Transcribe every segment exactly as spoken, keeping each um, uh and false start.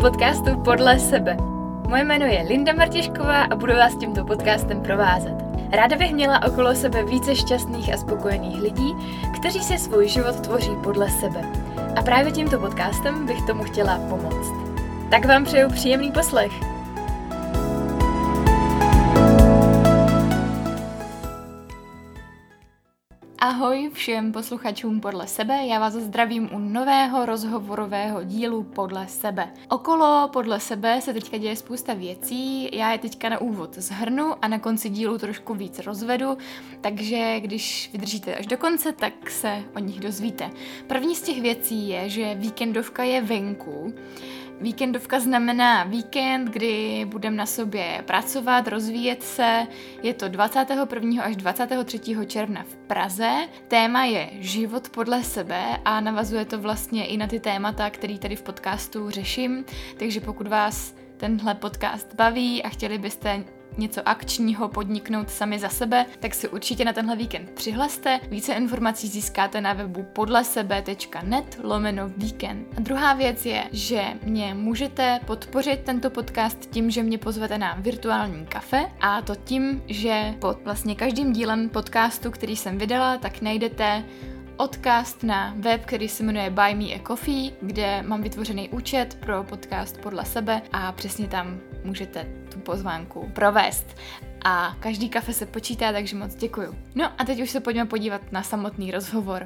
podcastu Podle sebe. Moje jméno je Linda Martišková a budu vás tímto podcastem provázet. Ráda bych měla okolo sebe více šťastných a spokojených lidí, kteří si svůj život tvoří podle sebe. A právě tímto podcastem bych tomu chtěla pomoct. Tak vám přeju příjemný poslech. Ahoj všem posluchačům Podle sebe, já vás zdravím u nového rozhovorového dílu Podle sebe. Okolo Podle sebe se teďka děje spousta věcí, já je teďka na úvod shrnu a na konci dílu trošku víc rozvedu, takže když vydržíte až do konce, tak se o nich dozvíte. První z těch věcí je, že víkendovka je venku. Víkendovka znamená víkend, kdy budeme na sobě pracovat, rozvíjet se. Je to dvacátého prvního až dvacátého třetího června v Praze. Téma je život podle sebe a navazuje to vlastně i na ty témata, které tady v podcastu řeším. Takže pokud vás tenhle podcast baví a chtěli byste něco akčního podniknout sami za sebe, tak si určitě na tenhle víkend přihlaste. Více informací získáte na webu podlesebe tečka net lomeno víkend. A druhá věc je, že mě můžete podpořit tento podcast tím, že mě pozvete na virtuální kafe, a to tím, že pod vlastně každým dílem podcastu, který jsem vydala, tak najdete odkaz na web, který se jmenuje Buy Me a Coffee, kde mám vytvořený účet pro podcast Podle sebe a přesně tam můžete tu pozvánku provést. A každý kafe se počítá, takže moc děkuju. No a teď už se pojďme podívat na samotný rozhovor.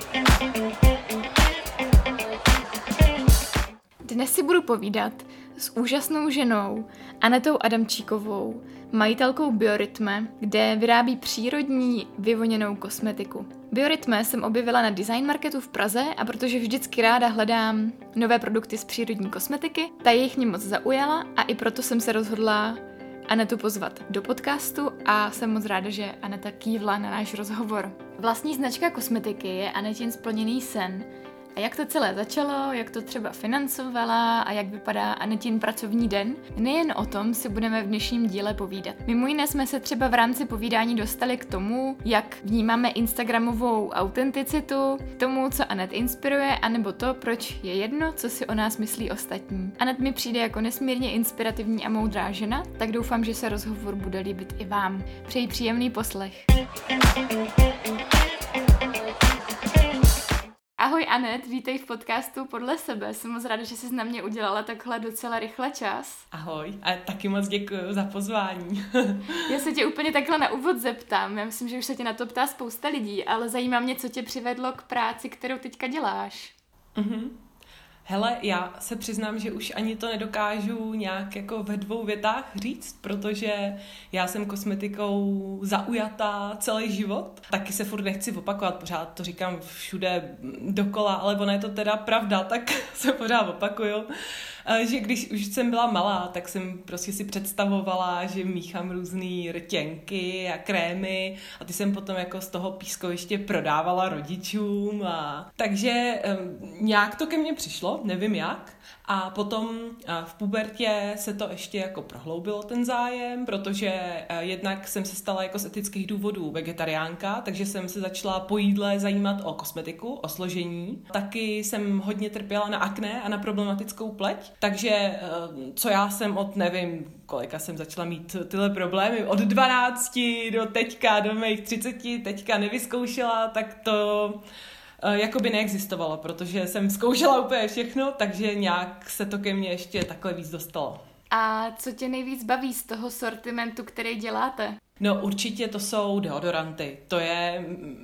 Dnes si budu povídat s úžasnou ženou Anetou Adamčíkovou, majitelkou Biorytme, kde vyrábí přírodní vyvoněnou kosmetiku. Biorytme jsem objevila na Design Marketu v Praze a protože vždycky ráda hledám nové produkty z přírodní kosmetiky, ta jejich mě moc zaujala a i proto jsem se rozhodla Anetu pozvat do podcastu a jsem moc ráda, že Aneta kývla na náš rozhovor. Vlastní značka kosmetiky je Anetin splněný sen. A jak to celé začalo, jak to třeba financovala a jak vypadá Anetin pracovní den? Nejen o tom si budeme v dnešním díle povídat. Mimo jiné jsme se třeba v rámci povídání dostali k tomu, jak vnímáme instagramovou autenticitu, k tomu, co Anet inspiruje, anebo to, proč je jedno, co si o nás myslí ostatní. Anet mi přijde jako nesmírně inspirativní a moudrá žena, tak doufám, že se rozhovor bude líbit i vám. Přeji příjemný poslech. Ahoj Anet, vítej v podcastu Podle sebe. Jsem moc ráda, že jsi na mě udělala takhle docela rychle čas. Ahoj a taky moc děkuji za pozvání. Já se tě úplně takhle na úvod zeptám. Já myslím, že už se tě na to ptá spousta lidí, ale zajímá mě, co tě přivedlo k práci, kterou teďka děláš. Mhm. Hele, já se přiznám, že už ani to nedokážu nějak jako ve dvou větách říct, protože já jsem kosmetikou zaujatá celý život. Taky se furt nechci opakovat, pořád to říkám všude dokola, ale ona je to teda pravda, tak se pořád opakuju. Že když už jsem byla malá, tak jsem prostě si představovala, že míchám různý rtěnky a krémy a ty jsem potom jako z toho pískoviště prodávala rodičům. A... Takže um, nějak to ke mně přišlo, nevím jak. A potom v pubertě se to ještě jako prohloubilo ten zájem, protože jednak jsem se stala jako z etických důvodů vegetariánka, takže jsem se začala po jídle zajímat o kosmetiku, o složení. Taky jsem hodně trpěla na akné a na problematickou pleť, takže co já jsem od nevím, kolika jsem začala mít tyhle problémy, od dvanácti do teďka, do mých třiceti, teďka nevyzkoušela, tak to... jakoby neexistovalo, protože jsem zkoušela úplně všechno, takže nějak se to ke mně ještě takhle víc dostalo. A co tě nejvíc baví z toho sortimentu, který děláte? No určitě to jsou deodoranty. To je,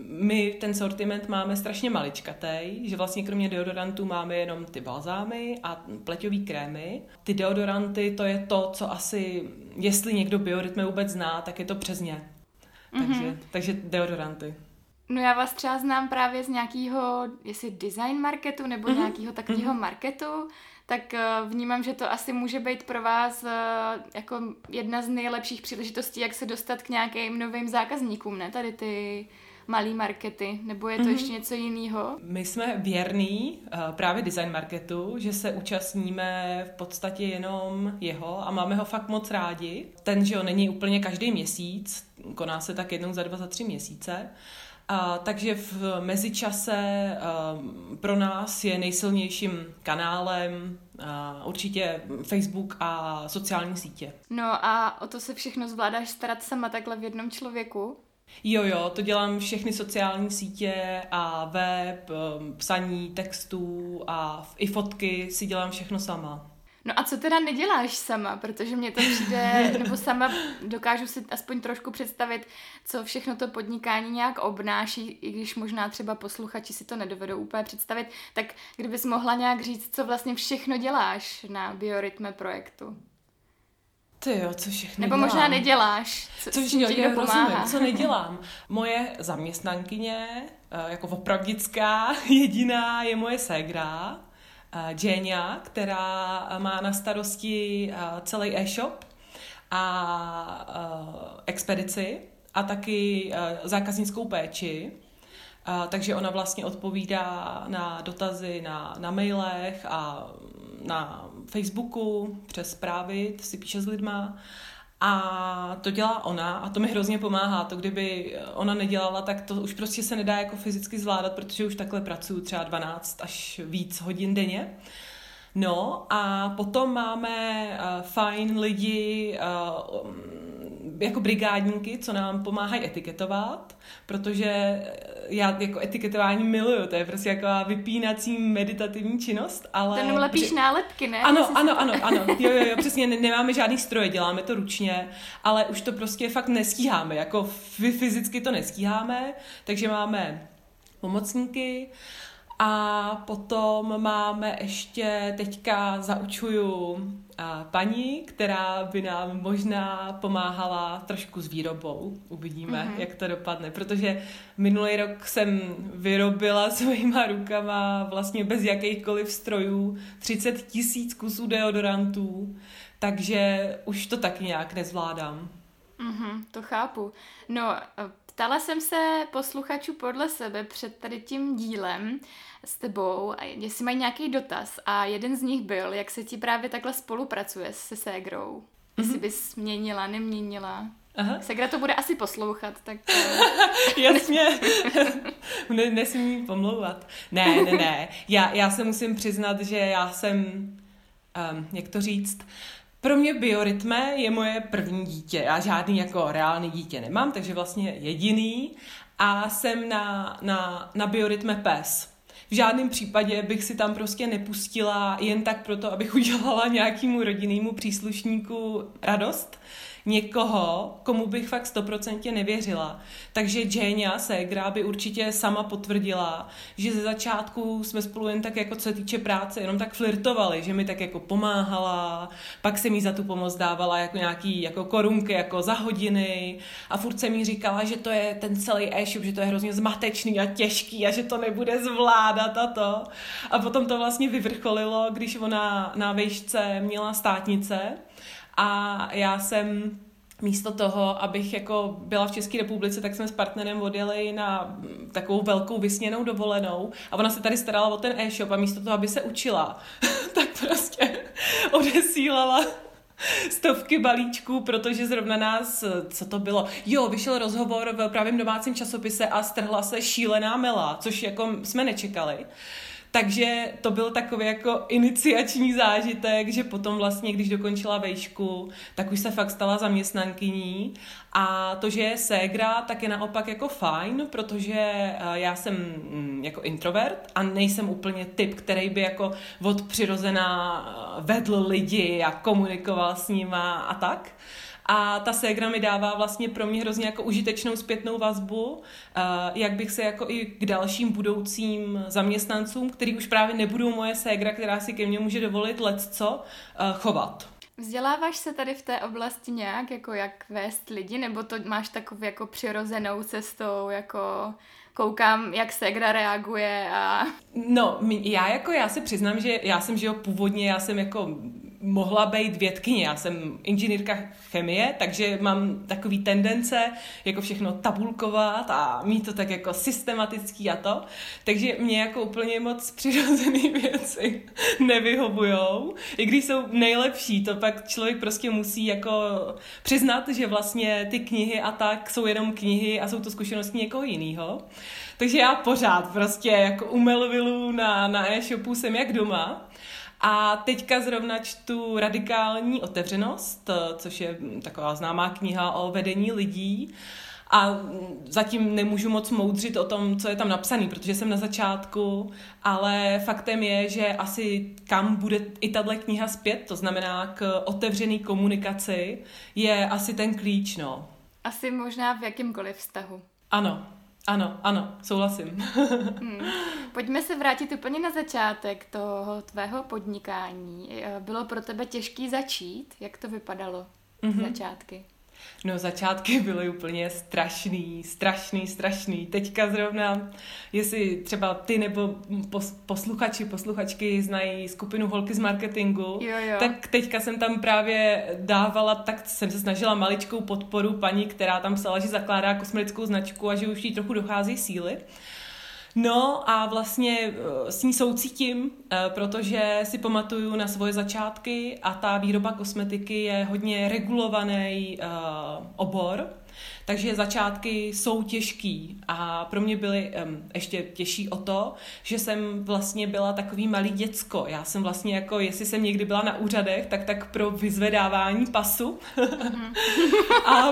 my ten sortiment máme strašně maličkatej, že vlastně kromě deodorantů máme jenom ty balzámy a pleťový krémy. Ty deodoranty, to je to, co asi, jestli někdo Biorytme vůbec zná, tak je to přes ně. Mm-hmm. Takže, takže deodoranty. No já vás třeba znám právě z nějakého, jestli design marketu nebo mm-hmm. nějakého takového mm-hmm. marketu, tak vnímám, že to asi může být pro vás jako jedna z nejlepších příležitostí, jak se dostat k nějakým novým zákazníkům, ne? Tady ty malý markety, nebo je to mm-hmm. ještě něco jiného? My jsme věrní uh, právě design marketu, že se účastníme v podstatě jenom jeho a máme ho fakt moc rádi. Ten, že jo, není úplně každý měsíc, koná se tak jednou za dva, za tři měsíce. A, takže v mezičase a, pro nás je nejsilnějším kanálem a, určitě Facebook a sociální sítě. No a o to se všechno zvládáš starat sama takhle v jednom člověku? Jo, jo, to dělám všechny sociální sítě a web, psaní textů a i fotky si dělám všechno sama. No a co teda neděláš sama, protože mě to přijde, nebo sama dokážu si aspoň trošku představit, co všechno to podnikání nějak obnáší, i když možná třeba posluchači si to nedovedou úplně představit, tak kdybys mohla nějak říct, co vlastně všechno děláš na Biorytme projektu. Ty jo, co všechno Nebo dělám. možná neděláš, co, co co ti pomáhá. Co nedělám. Moje zaměstnankyně, jako opravdická, jediná je moje ségra, Jenia, která má na starosti celý e-shop a expedici a taky zákaznickou péči. Takže ona vlastně odpovídá na dotazy na, na mailech a na Facebooku přes zprávy, si píše s lidma. A to dělá ona a to mi hrozně pomáhá. To, kdyby ona nedělala, tak to už prostě se nedá jako fyzicky zvládat, protože už takhle pracuju třeba dvanáct až víc hodin denně. No a potom máme uh, fajn lidi, uh, jako brigádníky, co nám pomáhají etiketovat, protože já jako etiketování miluju, to je prostě taková vypínací meditativní činnost, ale... Ten lepíš nálepky, ne? Ano, ano, ano, ano, jo, jo, jo, přesně, nemáme žádný stroje, děláme to ručně, ale už to prostě fakt nestíháme, jako fyzicky to nestíháme, takže máme pomocníky. A potom máme ještě, teďka zaučuju paní, která by nám možná pomáhala trošku s výrobou. Uvidíme, mm-hmm. jak to dopadne, protože minulý rok jsem vyrobila svýma rukama vlastně bez jakýchkoliv strojů třicet tisíc kusů deodorantů, takže už to taky nějak nezvládám. Mm-hmm, to chápu. No, ptala jsem se posluchačů podle sebe před tady tím dílem s tebou, jestli mají nějaký dotaz a jeden z nich byl, jak se ti právě takhle spolupracuje se ségrou. Mm-hmm. Jestli bys měnila, neměnila. Aha. Ségra to bude asi poslouchat, tak... Jasně, ne, nesmím pomlouvat. Ne, ne, ne, já, já se musím přiznat, že já jsem, um, jak to říct... Pro mě Biorytme je moje první dítě. Já žádný jako reálný dítě nemám, takže vlastně jediný. A jsem na, na, na Biorytme pes. V žádném případě bych si tam prostě nepustila jen tak proto, abych udělala nějakému rodinnému příslušníku radost. Někoho, komu bych fakt stoprocentně nevěřila. Takže Jenia, ségra, by určitě sama potvrdila, že ze začátku jsme spolu jen tak jako co se týče práce, jenom tak flirtovali, že mi tak jako pomáhala, pak se mi za tu pomoc dávala jako nějaký jako korunky, jako za hodiny a furt se mi říkala, že to je ten celý e-shop, že to je hrozně zmatečný a těžký a že to nebude zvládat a to. A potom to vlastně vyvrcholilo, když ona na vejšce měla státnice. A já jsem místo toho, abych jako byla v České republice, tak jsme s partnerem odjeli na takovou velkou vysněnou dovolenou a ona se tady starala o ten e-shop a místo toho, aby se učila, tak prostě odesílala stovky balíčků, protože zrovna nás, co to bylo, jo, vyšel rozhovor v Pravém domácím časopise a strhla se šílená Mela, což jako jsme nečekali. Takže to byl takový jako iniciační zážitek, že potom vlastně, když dokončila vejšku, tak už se fakt stala zaměstnankyní. A to, že je ségra, tak je naopak jako fajn, protože já jsem jako introvert a nejsem úplně typ, který by jako od přirozená vedl lidi a komunikoval s nima a tak. A ta ségra mi dává vlastně pro mě hrozně jako užitečnou zpětnou vazbu, jak bych se jako i k dalším budoucím zaměstnancům, který už právě nebudou moje ségra, která si ke mně může dovolit lecco, chovat. Vzděláváš se tady v té oblasti nějak, jako jak vést lidi, nebo to máš takovou jako přirozenou cestou, jako koukám, jak ségra reaguje a... No, já jako, já se přiznám, že já jsem, že jo, původně, já jsem jako mohla být vědkyně. Já jsem inženýrka chemie, takže mám takový tendence jako všechno tabulkovat a mít to tak jako systematický a to. Takže mě jako úplně moc přirozený věci nevyhovujou. I když jsou nejlepší, to pak člověk prostě musí jako přiznat, že vlastně ty knihy a tak jsou jenom knihy a jsou to zkušenosti někoho jiného. Takže já pořád prostě jako u Melvillu na, na e-shopu jsem jak doma. A teďka zrovna čtu Radikální otevřenost, což je taková známá kniha o vedení lidí. A zatím nemůžu moc moudřit o tom, co je tam napsaný, protože jsem na začátku, ale faktem je, že asi kam bude i tato kniha zpět, to znamená k otevřený komunikaci, je asi ten klíč, no. Asi možná v jakýmkoliv vztahu. Ano. Ano, ano, souhlasím. hmm. Pojďme se vrátit úplně na začátek toho tvého podnikání. Bylo pro tebe těžký začít? Jak to vypadalo mm-hmm. začátky? No začátky byly úplně strašný, strašný, strašný. Teďka zrovna, jestli třeba ty nebo posluchači, posluchačky znají skupinu Holky z marketingu, jo, jo. tak teďka jsem tam právě dávala, tak jsem se snažila maličkou podporu paní, která tam psala, že zakládá kosmetickou značku a že už jí trochu dochází síly. No a vlastně s ní soucítím, protože si pamatuju na svoje začátky a ta výroba kosmetiky je hodně regulovaný uh, obor, takže začátky jsou těžký a pro mě byly um, ještě těžší o to, že jsem vlastně byla takový malý děcko. Já jsem vlastně jako, jestli jsem někdy byla na úřadech, tak tak pro vyzvedávání pasu. Mm-hmm. a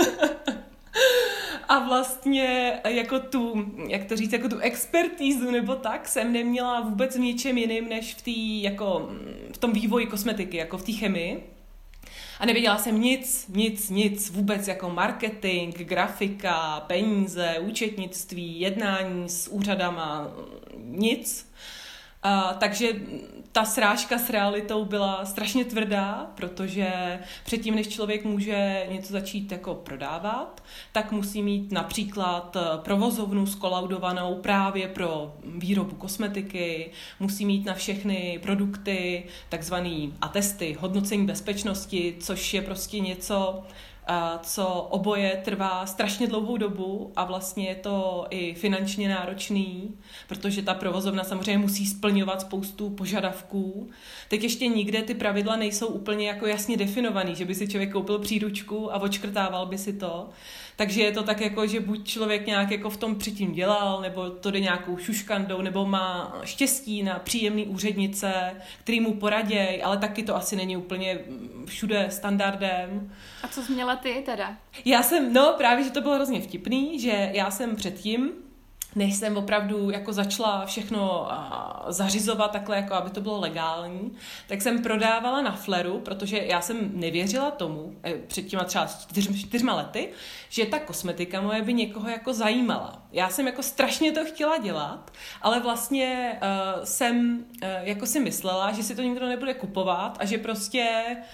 A vlastně jako tu, jak to říct, jako tu expertízu nebo tak jsem neměla vůbec v ničem jiným, než v, tý, jako, v tom vývoji kosmetiky, jako v té chemii. A nevěděla jsem nic, nic, nic, vůbec jako marketing, grafika, peníze, účetnictví, jednání s úřadama, nic. Uh, takže ta srážka s realitou byla strašně tvrdá, protože předtím, než člověk může něco začít jako prodávat, tak musí mít například provozovnu skolaudovanou právě pro výrobu kosmetiky, musí mít na všechny produkty takzvaný atesty, hodnocení bezpečnosti, což je prostě něco, co oboje trvá strašně dlouhou dobu a vlastně je to i finančně náročný, protože ta provozovna samozřejmě musí splňovat spoustu požadavků. Teď ještě nikde ty pravidla nejsou úplně jako jasně definovaný, že by si člověk koupil příručku a odškrtával by si to. Takže je to tak jako, že buď člověk nějak jako v tom předtím dělal, nebo to jde nějakou šuškandou, nebo má štěstí na příjemný úřednice, který mu poraděj, ale taky to asi není úplně všude standardem. A co jsi měla ty teda? Já jsem, no právě, že to bylo hrozně vtipný, že já jsem předtím, než jsem opravdu jako začala všechno a, zařizovat takhle, jako aby to bylo legální, tak jsem prodávala na Fleru, protože já jsem nevěřila tomu, před těma třeba čtyř, čtyřma lety, že ta kosmetika moje by někoho jako zajímala. Já jsem jako strašně to chtěla dělat, ale vlastně uh, jsem uh, jako si myslela, že si to nikdo nebude kupovat a že prostě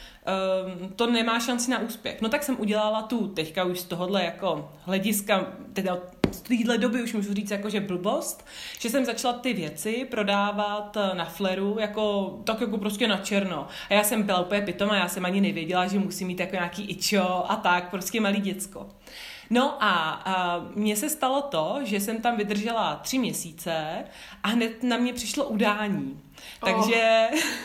um, to nemá šanci na úspěch. No tak jsem udělala tu, teďka už z tohohle jako hlediska, teda z téhle doby už můžu říct jako, že blbost, že jsem začala ty věci prodávat na Fleru jako, tak jako prostě na černo. A já jsem byla úplně pitomá, já jsem ani nevěděla, že musím mít jako nějaký ičo a tak, prostě malý děcko. No a, a mně se stalo to, že jsem tam vydržela tři měsíce a hned na mě přišlo udání. Oh. Takže,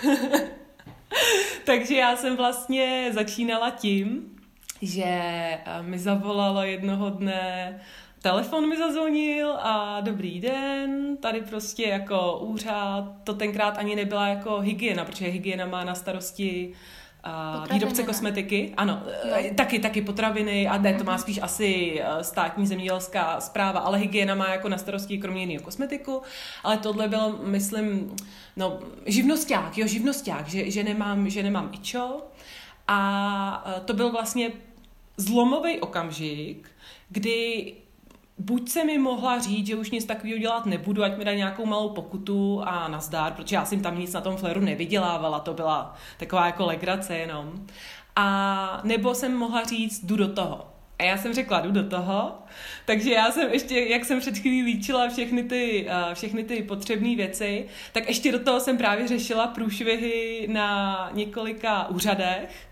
takže já jsem vlastně začínala tím, že mi zavolalo jednoho dne, telefon mi zazvonil a dobrý den, tady prostě jako úřad, to tenkrát ani nebyla jako hygiena, protože hygiena má na starosti uh, výrobce kosmetiky, ano, no. taky, taky potraviny a ne, to má spíš asi státní zemědělská správa, ale hygiena má jako na starosti kromě jiného kosmetiku, ale tohle bylo, myslím, no, živnosťák, jo, živnosťák, že, že nemám, že nemám ičo a to byl vlastně zlomový okamžik, kdy buď se mi mohla říct, že už nic takového dělat nebudu, ať mi dá nějakou malou pokutu a nazdar, protože já jsem tam nic na tom Fleru nevydělávala, to byla taková jako legrace jenom. A nebo jsem mohla říct, jdu do toho. A já jsem řekla, jdu do toho. Takže já jsem ještě, jak jsem před chvílí líčila všechny ty, uh, všechny ty potřebné věci, tak ještě do toho jsem právě řešila průšvihy na několika úřadech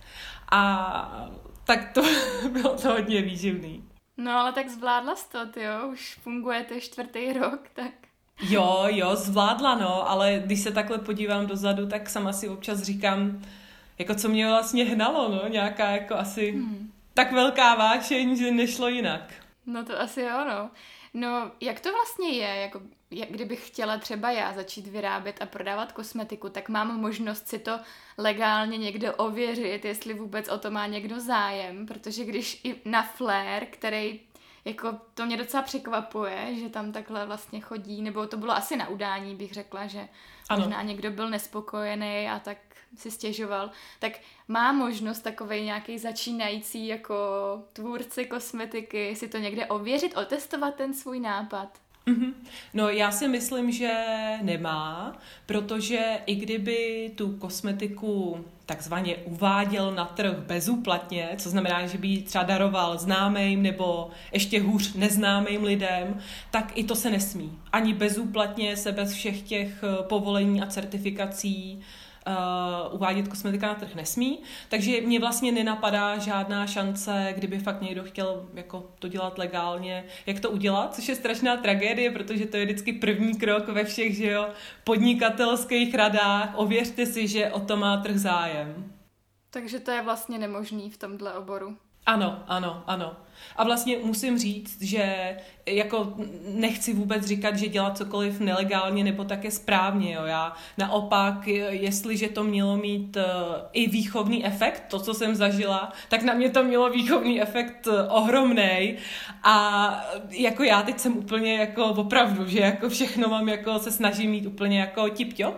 a tak to bylo to hodně výživný. No ale tak zvládla jsi to, tyjo, už fungujete čtvrtý rok, tak... Jo, jo, zvládla, no, ale když se takhle podívám dozadu, tak sama si občas říkám, jako co mě vlastně hnalo, no, nějaká jako asi hmm. tak velká vášeň, že nešlo jinak. No to asi jo, no. No, jak to vlastně je, jako, jak kdybych chtěla třeba já začít vyrábět a prodávat kosmetiku, tak mám možnost si to legálně někde ověřit, jestli vůbec o to má někdo zájem, protože když i na Flair, který, jako to mě docela překvapuje, že tam takhle vlastně chodí, nebo to bylo asi na udání, bych řekla, že ano. Možná někdo byl nespokojený a tak si stěžoval, tak má možnost takovej nějaký začínající jako tvůrci kosmetiky si to někde ověřit, otestovat ten svůj nápad? Mm-hmm. No já si myslím, že nemá, protože i kdyby tu kosmetiku takzvaně uváděl na trh bezúplatně, co znamená, že by ji třeba daroval známým nebo ještě hůř neznámým lidem, tak i to se nesmí. Ani bezúplatně se bez všech těch povolení a certifikací Uh, uvádět kosmetika na trh nesmí, takže mě vlastně nenapadá žádná šance, kdyby fakt někdo chtěl jako to dělat legálně, jak to udělat, což je strašná tragédie, protože to je vždycky první krok ve všech, že jo, podnikatelských radách, ověřte si, že o to má trh zájem. Takže to je vlastně nemožný v tomhle oboru. Ano, ano, ano. A vlastně musím říct, že jako nechci vůbec říkat, že dělat cokoliv nelegálně nebo také správně. Jo. Já naopak, jestliže to mělo mít uh, i výchovný efekt, to, co jsem zažila, tak na mě to mělo výchovný efekt uh, ohromnej. A jako já teď jsem úplně jako opravdu, že jako všechno mám jako se snažím mít úplně jako tip-top.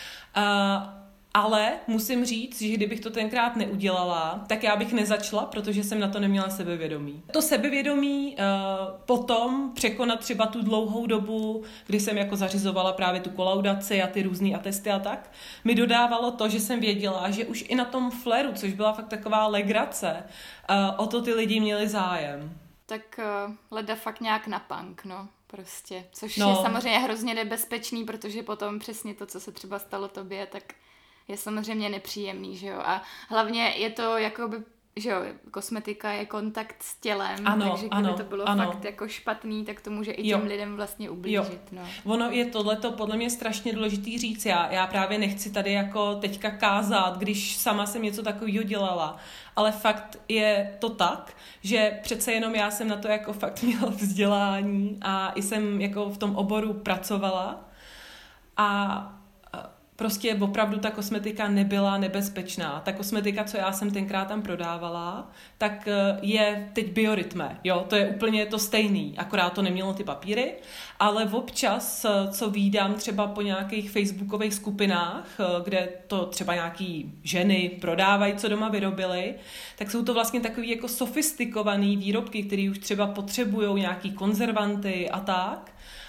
Uh, Ale musím říct, že kdybych to tenkrát neudělala, tak já bych nezačala, protože jsem na to neměla sebevědomí. To sebevědomí uh, potom překonat třeba tu dlouhou dobu, kdy jsem jako zařizovala právě tu kolaudaci a ty různý atesty a tak, mi dodávalo to, že jsem věděla, že už i na tom Flairu, což byla fakt taková legrace, uh, o to ty lidi měli zájem. Tak uh, leda fakt nějak na punk, no. Prostě, což no. je samozřejmě hrozně nebezpečný, protože potom přesně to, co se třeba stalo tobě, tak je samozřejmě nepříjemný, že jo, a hlavně je to jakoby, že jo, kosmetika je kontakt s tělem, ano, takže kdyby ano, to bylo ano. fakt jako špatný, tak to může i těm jo. lidem vlastně ublížit, no. Ono je tohleto podle mě strašně důležitý říct, já, já právě nechci tady jako teďka kázat, když sama jsem něco takového dělala, ale fakt je to tak, že přece jenom já jsem na to jako fakt měla vzdělání a i jsem jako v tom oboru pracovala a prostě opravdu ta kosmetika nebyla nebezpečná. Ta kosmetika, co já jsem tenkrát tam prodávala, tak je teď Biorytme. Jo, to je úplně to stejný, akorát to nemělo ty papíry, ale občas, co vídám třeba po nějakých facebookových skupinách, kde to třeba nějaký ženy prodávají, co doma vyrobily, tak jsou to vlastně takový jako sofistikovaný výrobky, které už třeba potřebují nějaký konzervanty a tak.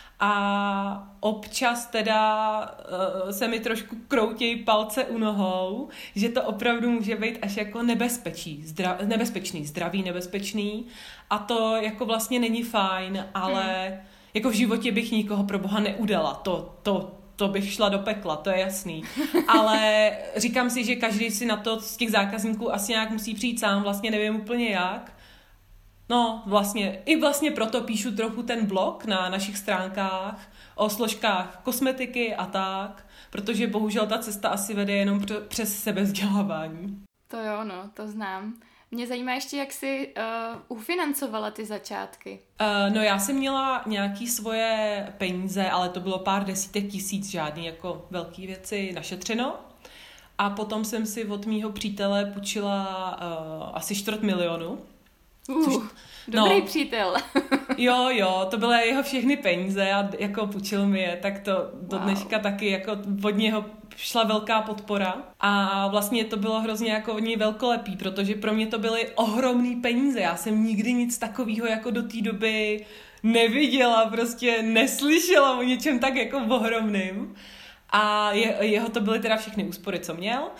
A občas teda uh, se mi trošku kroutějí palce u nohou, že to opravdu může být až jako nebezpečí, zdra, nebezpečný, zdravý, nebezpečný a to jako vlastně není fajn, ale hmm. jako v životě bych nikoho pro boha neudala, to, to, to bych šla do pekla, to je jasný, ale říkám si, že každý si na to z těch zákazníků asi nějak musí přijít sám, vlastně nevím úplně jak. No, vlastně, i vlastně proto píšu trochu ten blog na našich stránkách o složkách kosmetiky a tak, protože bohužel ta cesta asi vede jenom přes sebevzdělávání. To jo, no, to znám. Mě zajímá ještě, jak jsi uh, ufinancovala ty začátky. Uh, no já jsem měla nějaký svoje peníze, ale to bylo pár desítek tisíc, žádný jako velký věci našetřeno. A potom jsem si od mýho přítele půjčila uh, asi čtvrt milionu. Uh, Což, dobrý no, přítel. jo, jo, to byly jeho všechny peníze a jako půjčil mi je, tak to do dneška wow. taky jako od něho šla velká podpora a vlastně to bylo hrozně jako od něj velkolepý, protože pro mě to byly ohromný peníze, já jsem nikdy nic takového jako do té doby neviděla, prostě neslyšela o něčem tak jako ohromným a je, jeho to byly teda všechny úspory, co měl.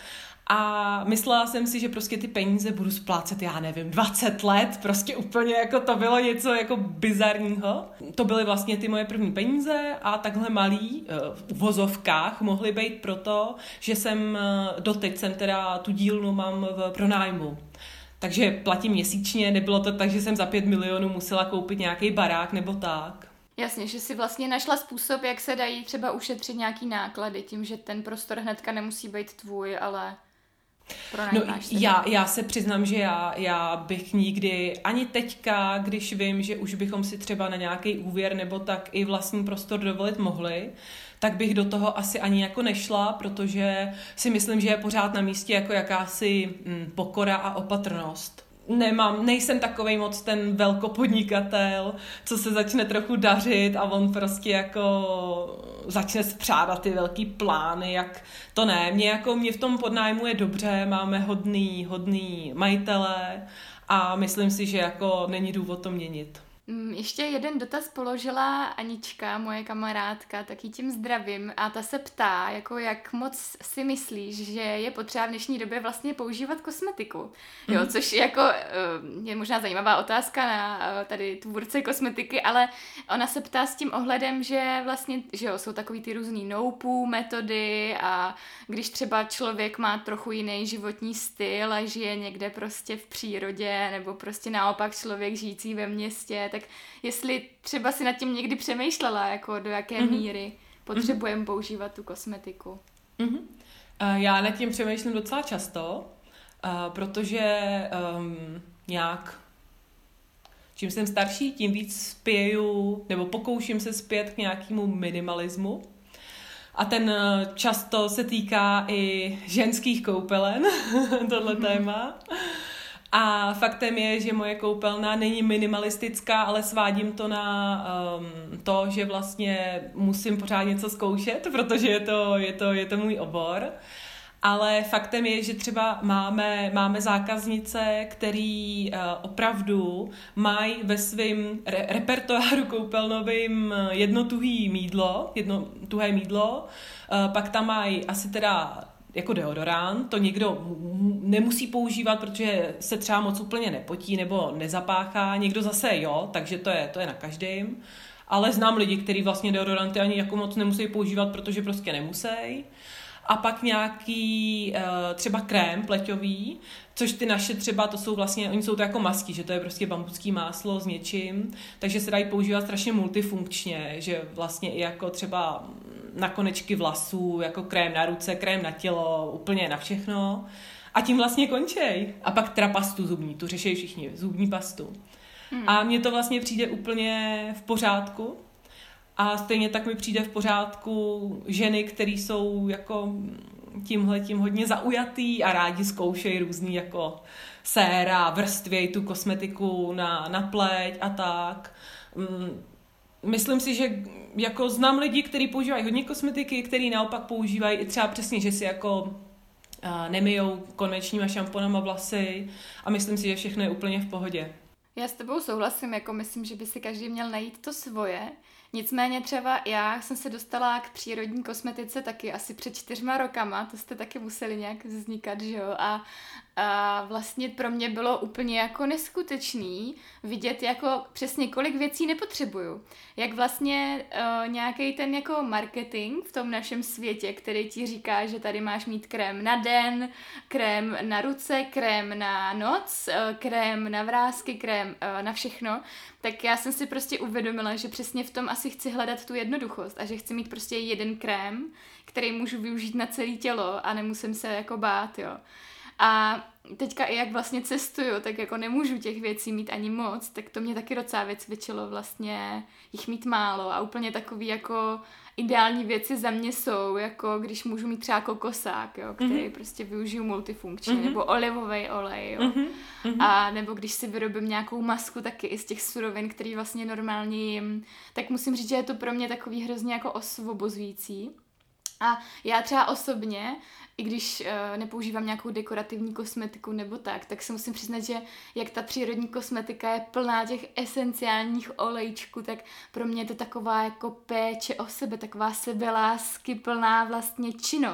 A myslela jsem si, že prostě ty peníze budu splácet, já nevím, dvacet let, prostě úplně jako to bylo něco jako bizarního. To byly vlastně ty moje první peníze a takhle malý v uvozovkách mohly být proto, že jsem doteď jsem teda tu dílnu mám v pronájmu. Takže platím měsíčně, nebylo to tak, že jsem za pět milionů musela koupit nějaký barák nebo tak. Jasně, že si vlastně našla způsob, jak se dají třeba ušetřit nějaký náklady tím, že ten prostor hnedka nemusí být tvůj, ale pronajímáš. No, já, já se přiznám, že já, já bych nikdy, ani teďka, když vím, že už bychom si třeba na nějaký úvěr nebo tak i vlastní prostor dovolit mohli, tak bych do toho asi ani jako nešla, protože si myslím, že je pořád na místě jako jakási hm, pokora a opatrnost. Nemám, nejsem takovej moc ten velkopodnikatel, co se začne trochu dařit a on prostě jako začne spřádat ty velký plány, jak to ne. Mě jako mě v tom podnájmu je dobře, máme hodný, hodný majitele a myslím si, že jako není důvod to měnit. Ještě jeden dotaz položila Anička, moje kamarádka, tak ji tím zdravím a ta se ptá, jako jak moc si myslíš, že je potřeba v dnešní době vlastně používat kosmetiku. Jo, mm. což jako je možná zajímavá otázka na tady tvůrce kosmetiky, ale ona se ptá s tím ohledem, že vlastně, že jo, jsou takový ty různý noupů, metody a když třeba člověk má trochu jiný životní styl a žije někde prostě v přírodě nebo prostě naopak člověk žijící ve městě, tak jestli třeba si nad tím někdy přemýšlela, jako do jaké mm-hmm. míry potřebujeme mm-hmm. používat tu kosmetiku. Mm-hmm. Uh, já nad tím přemýšlím docela často, uh, protože um, nějak čím jsem starší, tím víc spěju, nebo pokouším se spět k nějakému minimalismu. A ten často se týká i ženských koupelen, tohle mm-hmm. téma. A faktem je, že moje koupelna není minimalistická, ale svádím to na um, to, že vlastně musím pořád něco zkoušet, protože je to, je to, je to můj obor. Ale faktem je, že třeba máme, máme zákaznice, který uh, opravdu mají ve svém re- repertoáru koupelnovým jedno tuhý mýdlo, jedno tuhé mýdlo, uh, pak tam mají asi teda jako deodorant, to někdo nemusí používat, protože se třeba moc úplně nepotí nebo nezapáchá, někdo zase jo, takže to je, to je na každém. Ale znám lidi, kteří vlastně deodoranty ani jako moc nemusí používat, protože prostě nemusí. A pak nějaký třeba krém pleťový, což ty naše třeba, to jsou vlastně, oni jsou to jako masky, že to je prostě bambuský máslo s něčím, takže se dají používat strašně multifunkčně, že vlastně i jako třeba na konečky vlasů, jako krém na ruce, krém na tělo, úplně na všechno. A tím vlastně končej. A pak teda pastu zubní, tu řeší všichni, zubní pastu. Hmm. A mně to vlastně přijde úplně v pořádku. A stejně tak mi přijde v pořádku ženy, které jsou jako tímhletím hodně zaujatý a rádi zkoušejí různý jako séra, vrstvěj tu kosmetiku na, na pleť a tak. Myslím si, že jako znám lidi, kteří používají hodně kosmetiky, který naopak používají i třeba přesně, že si jako uh, nemyjou konvenčníma šamponama vlasy a myslím si, že všechno je úplně v pohodě. Já s tebou souhlasím, jako myslím, že by si každý měl najít to svoje. Nicméně třeba já jsem se dostala k přírodní kosmetice taky asi před čtyřma rokama, to jste taky museli nějak vznikat, že jo, a, a vlastně pro mě bylo úplně jako neskutečný vidět jako přesně kolik věcí nepotřebuju. Jak vlastně uh, nějaký ten jako marketing v tom našem světě, který ti říká, že tady máš mít krém na den, krém na ruce, krém na noc, uh, krém na vrásky, krém uh, na všechno, tak já jsem si prostě uvědomila, že přesně v tom asi chci hledat tu jednoduchost a že chci mít prostě jeden krém, který můžu využít na celé tělo a nemusím se jako bát, jo. A teďka i jak vlastně cestuju, tak jako nemůžu těch věcí mít ani moc, tak to mě taky docela vycvičilo vlastně jich mít málo a úplně takový jako ideální věci za mě jsou, jako když můžu mít třeba kokosák, jo, který mm-hmm. prostě využiju multifunkčně, mm-hmm. nebo olivový olej, jo. Mm-hmm. A nebo když si vyrobím nějakou masku taky i z těch surovin, který vlastně normálně jim, tak musím říct, že je to pro mě takový hrozně jako osvobozující. A já třeba osobně, i když uh, nepoužívám nějakou dekorativní kosmetiku nebo tak, tak si musím přiznat, že jak ta přírodní kosmetika je plná těch esenciálních olejčků, tak pro mě je to taková jako péče o sebe, taková sebelásky plná vlastně činnost.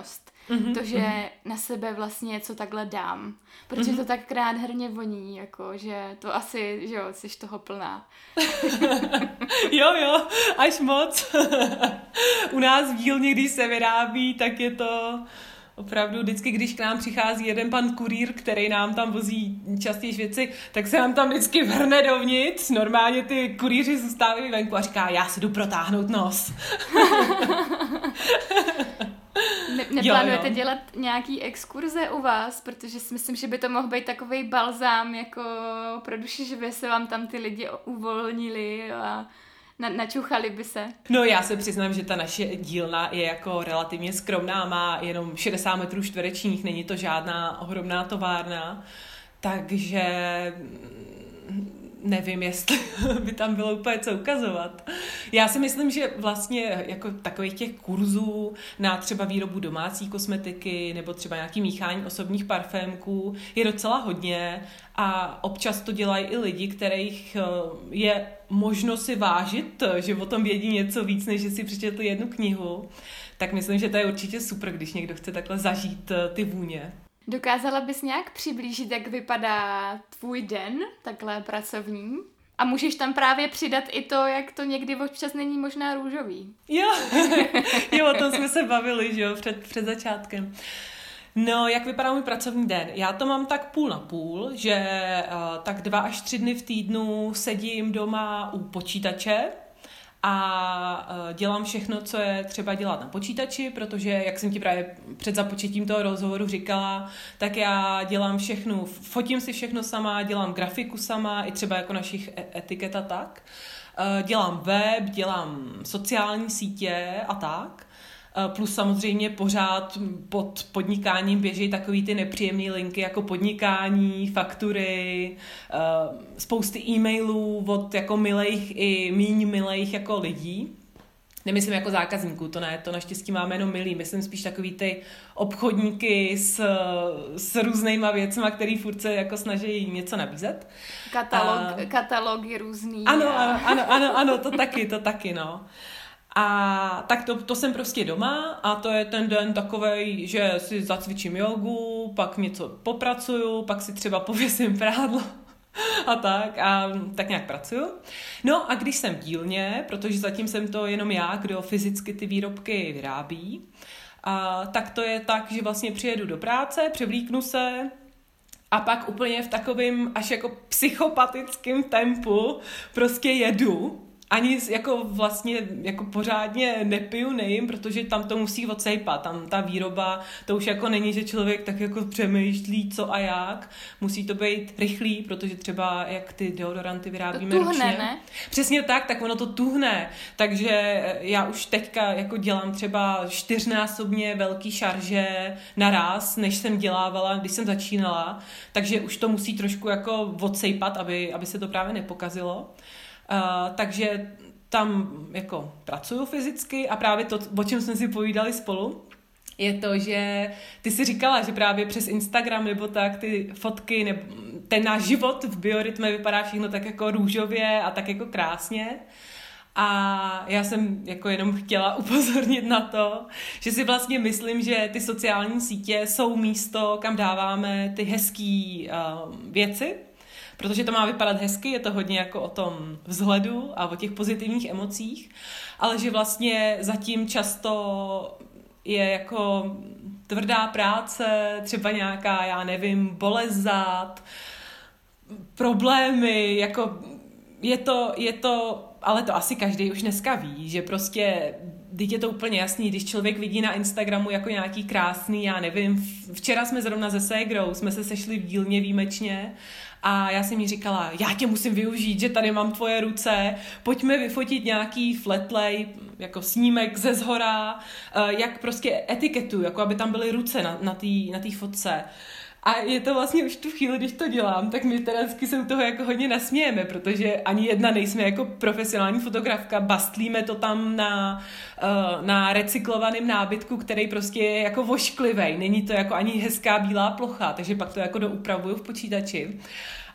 Mm-hmm, to, že mm-hmm. na sebe vlastně něco takhle dám. Protože mm-hmm. to tak nádherně voní, jako, že to asi, že jo, jsi toho plná. jo, jo, až moc. U nás v dílně, když se vyrábí, tak je to opravdu vždycky, když k nám přichází jeden pan kurýr, který nám tam vozí častěji věci, tak se nám tam vždycky vrhne dovnitř. Normálně ty kurýři zůstávají venku a říká, já si jdu protáhnout nos. Ne- neplánujete jo, jo. dělat nějaký exkurze u vás, protože si myslím, že by to mohl být takovej balzám jako pro duši, že by se vám tam ty lidi uvolnili a na- načuchali by se. No já se přiznám, že ta naše dílna je jako relativně skromná, má jenom šedesát metrů čtverečních, není to žádná ohromná továrna, takže nevím, jestli by tam bylo úplně co ukazovat. Já si myslím, že vlastně jako takových těch kurzů na třeba výrobu domácí kosmetiky nebo třeba nějaký míchání osobních parfémků je docela hodně a občas to dělají i lidi, kterých je možno si vážit, že o tom vědí něco víc, než že si přečetli jednu knihu. Tak myslím, že to je určitě super, když někdo chce takhle zažít ty vůně. Dokázala bys nějak přiblížit, jak vypadá tvůj den, takhle pracovní? A můžeš tam právě přidat i to, jak to někdy občas není možná růžový. Jo, jo, o tom jsme se bavili, že jo, před, před začátkem. No, jak vypadá můj pracovní den? Já to mám tak půl na půl, že uh, tak dva až tři dny v týdnu sedím doma u počítače a dělám všechno, co je třeba dělat na počítači, protože, jak jsem ti právě před započetím toho rozhovoru říkala, tak já dělám všechno, fotím si všechno sama, dělám grafiku sama, i třeba jako našich etiket a tak. Dělám web, dělám sociální sítě a tak. Plus samozřejmě pořád pod podnikáním běží takový ty nepříjemné linky jako podnikání, faktury, spousty e-mailů od jako milejch i míň milejch jako lidí. Nemyslím jako zákazníků, to ne, to naštěstí máme jenom milí, myslím spíš takový ty obchodníky s, s různýma věcma, který furt se jako snaží něco nabízet. Katalog, uh, katalogy různý. Ano, a... ano, ano, ano, to taky, to taky, no. A tak to, to jsem prostě doma a to je ten den takovej, že si zacvičím jogu, pak něco popracuju, pak si třeba pověsím prádlo a tak a tak nějak pracuju. No a když jsem v dílně, protože zatím jsem to jenom já, kdo fyzicky ty výrobky vyrábí, a tak to je tak, že vlastně přijedu do práce, převlíknu se a pak úplně v takovém až jako psychopatickém tempu prostě jedu. Ani jako vlastně jako pořádně nepiju, nejím, protože tam to musí odsejpat. Tam ta výroba, to už jako není, že člověk tak jako přemýšlí co a jak. Musí to být rychlý, protože třeba jak ty deodoranty vyrábíme to tuhne, ručně. Ne? Přesně tak, tak ono to tuhne. Takže já už teďka jako dělám třeba čtyřnásobně velký šarže naraz, než jsem dělávala, když jsem začínala. Takže už to musí trošku jako odsejpat, aby, aby se to právě nepokazilo. Uh, takže tam jako pracuju fyzicky a právě to, o čem jsme si povídali spolu, je to, že ty si říkala, že právě přes Instagram nebo tak ty fotky, nebo ten náš život v Biorytme vypadá všechno tak jako růžově a tak jako krásně. A já jsem jako jenom chtěla upozornit na to, že si vlastně myslím, že ty sociální sítě jsou místo, kam dáváme ty hezký uh, věci, protože to má vypadat hezky, je to hodně jako o tom vzhledu a o těch pozitivních emocích, ale že vlastně zatím často je jako tvrdá práce, třeba nějaká, já nevím, bolest zad, problémy, jako je to, je to, ale to asi každý už dneska ví, že prostě teď je to úplně jasný, když člověk vidí na Instagramu jako nějaký krásný, já nevím, včera jsme zrovna se ségrou, jsme se sešli v dílně výjimečně a já jsem jí říkala, já tě musím využít, že tady mám tvoje ruce, pojďme vyfotit nějaký flatlay, jako snímek ze zhora, jak prostě etiketu, jako aby tam byly ruce na, na té na té fotce. A je to vlastně už tu chvíli, když to dělám, tak my teda se u toho jako hodně nasmějeme, protože ani jedna nejsme jako profesionální fotografka, bastlíme to tam na, na recyklovaném nábytku, který prostě je jako vošklivej, není to jako ani hezká bílá plocha, takže pak to jako doupravuju v počítači.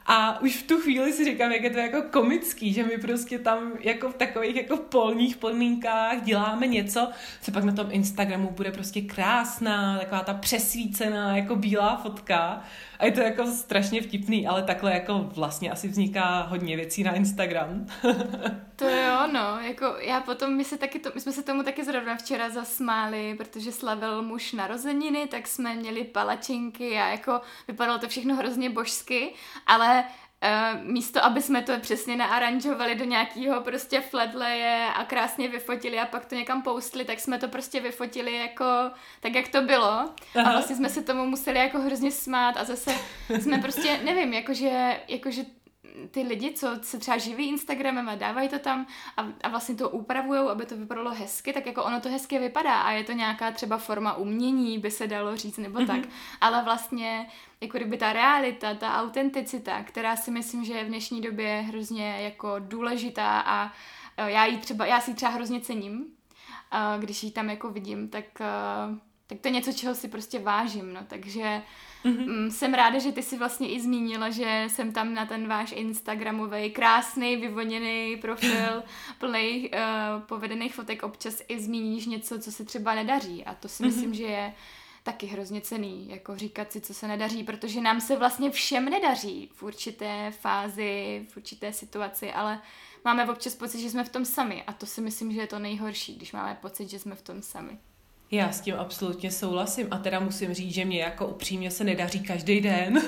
A už v tu chvíli si říkám, jak je to jako komický, že my prostě tam jako v takových jako polních podmínkách děláme něco, co pak na tom Instagramu bude prostě krásná, taková ta přesvícená jako bílá fotka. A je to jako strašně vtipný, ale takhle jako vlastně asi vzniká hodně věcí na Instagram. To jo, no, jako já potom, my, se taky to, my jsme se tomu taky zrovna včera zasmáli, protože slavil muž narozeniny, tak jsme měli palačinky a jako vypadalo to všechno hrozně božsky, ale Uh, místo, aby jsme to přesně naaranžovali do nějakého prostě flatlaye a krásně vyfotili a pak to někam postli, tak jsme to prostě vyfotili jako tak, jak to bylo. Aha. A vlastně jsme se tomu museli jako hrozně smát a zase jsme prostě, nevím, jakože, jakože ty lidi, co se třeba živí Instagramem a dávají to tam a, a vlastně to upravujou, aby to vypadalo hezky, tak jako ono to hezky vypadá a je to nějaká třeba forma umění, by se dalo říct, nebo mm-hmm. tak, ale vlastně jako kdyby ta realita, ta autenticita, která si myslím, že je v dnešní době hrozně jako důležitá a já jí třeba, já si ji třeba hrozně cením, a když ji tam jako vidím, tak, tak to je něco, čeho si prostě vážím, no, takže mm-hmm. jsem ráda, že ty si vlastně i zmínila, že jsem tam na ten váš instagramový krásný, vyvoněný profil, plný uh, povedených fotek občas i zmíníš něco, co se třeba nedaří a to si mm-hmm. myslím, že je taky hrozně cenný, jako říkat si, co se nedaří, protože nám se vlastně všem nedaří v určité fázi, v určité situaci, ale máme občas pocit, že jsme v tom sami a to si myslím, že je to nejhorší, když máme pocit, že jsme v tom sami. Já s tím absolutně souhlasím a teda musím říct, že mě jako upřímně se nedaří každý den.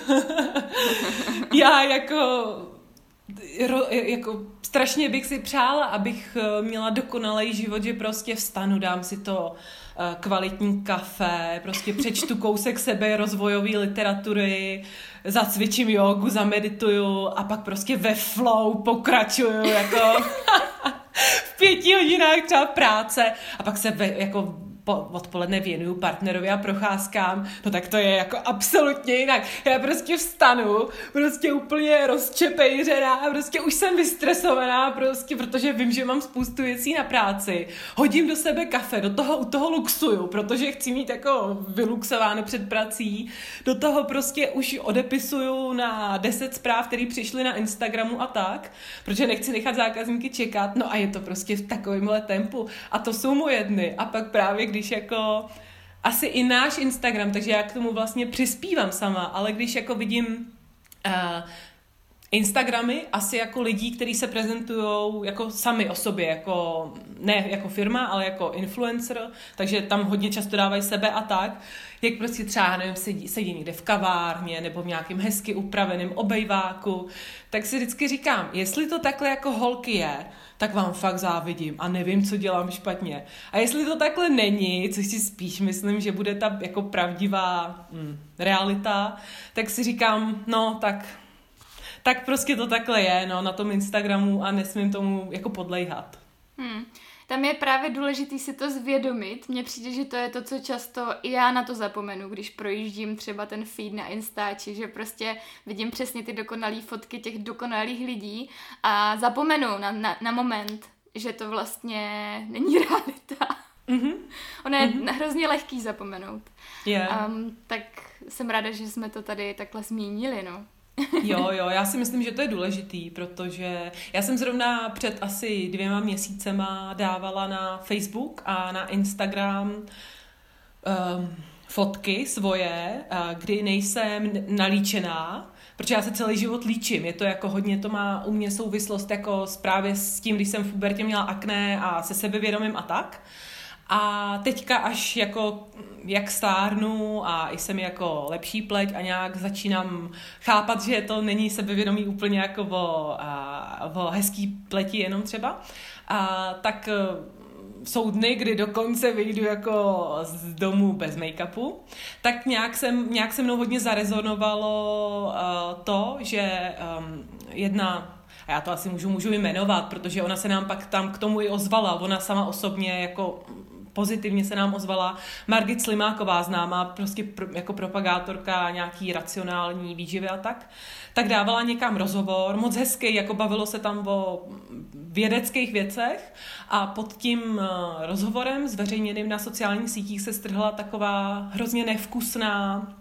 Já jako, ro, jako strašně bych si přála, abych měla dokonalý život, že prostě vstanu, dám si to kvalitní kafe, prostě přečtu kousek sebe rozvojové literatury, zacvičím jogu, zamedituju a pak prostě ve flow pokračuju jako v pěti hodinách třeba práce a pak se ve, jako odpoledne věnuju partnerovi a procházkám, no tak to je jako absolutně jinak. Já prostě vstanu, prostě úplně rozčepejřená, prostě už jsem vystresovaná, prostě, protože vím, že mám spoustu věcí na práci. Hodím do sebe kafe, do toho, u toho luxuju, protože chci mít jako vyluxováno před prací, do toho prostě už odepisuju na deset zpráv, které přišly na Instagramu a tak, protože nechci nechat zákazníky čekat, no a je to prostě v takovémhle tempu. A to jsou moje dny. A pak právě, když když jako asi i náš Instagram, takže já k tomu vlastně přispívám sama, ale když jako vidím uh, Instagramy asi jako lidí, kteří se prezentujou jako sami o sobě, jako ne jako firma, ale jako influencer, takže tam hodně často dávají sebe a tak, jak prostě třeba, nevím, sedí, sedí někde v kavárně nebo v nějakém hezky upraveném obejváku, tak si vždycky říkám, jestli to takhle jako holky je, tak vám fakt závidím a nevím, co dělám špatně. A jestli to takhle není, což si spíš myslím, že bude ta jako pravdivá mm, realita, tak si říkám, no tak, tak prostě to takhle je, no, na tom Instagramu a nesmím tomu jako podléhat. Hmm. Tam je právě důležitý si to zvědomit. Mně přijde, že to je to, co často i já na to zapomenu, když projíždím třeba ten feed na Instači, že prostě vidím přesně ty dokonalé fotky těch dokonalých lidí a zapomenu na, na, na moment, že to vlastně není realita. Mm-hmm. Ono je mm-hmm. hrozně lehký zapomenout. Yeah. Um, tak jsem ráda, že jsme to tady takhle zmínili, no. Jo, jo, já si myslím, že to je důležitý, protože já jsem zrovna před asi dvěma měsícema dávala na Facebook a na Instagram um, fotky svoje, uh, kdy nejsem nalíčená, protože já se celý život líčím. Je to jako hodně, to má u mě souvislost jako právě s tím, když jsem v pubertě měla akné a se sebevědomím a tak. A teďka až jako jak stárnu a jsem jako lepší pleť a nějak začínám chápat, že to není sebevědomí úplně jako o, a, o hezký pleti jenom třeba, a tak jsou dny, kdy dokonce vyjdu jako z domu bez make-upu, tak nějak, jsem, nějak se mnou hodně zarezonovalo uh, to, že um, jedna a já to asi můžu, můžu jmenovat, protože ona se nám pak tam k tomu i ozvala, ona sama osobně jako pozitivně se nám ozvala Margit Slimáková, známá prostě pro, jako propagátorka nějaký racionální výživy a tak, tak dávala někam rozhovor, moc hezký, jako bavilo se tam o vědeckých věcech a pod tím rozhovorem zveřejněným na sociálních sítích se strhla taková hrozně nevkusná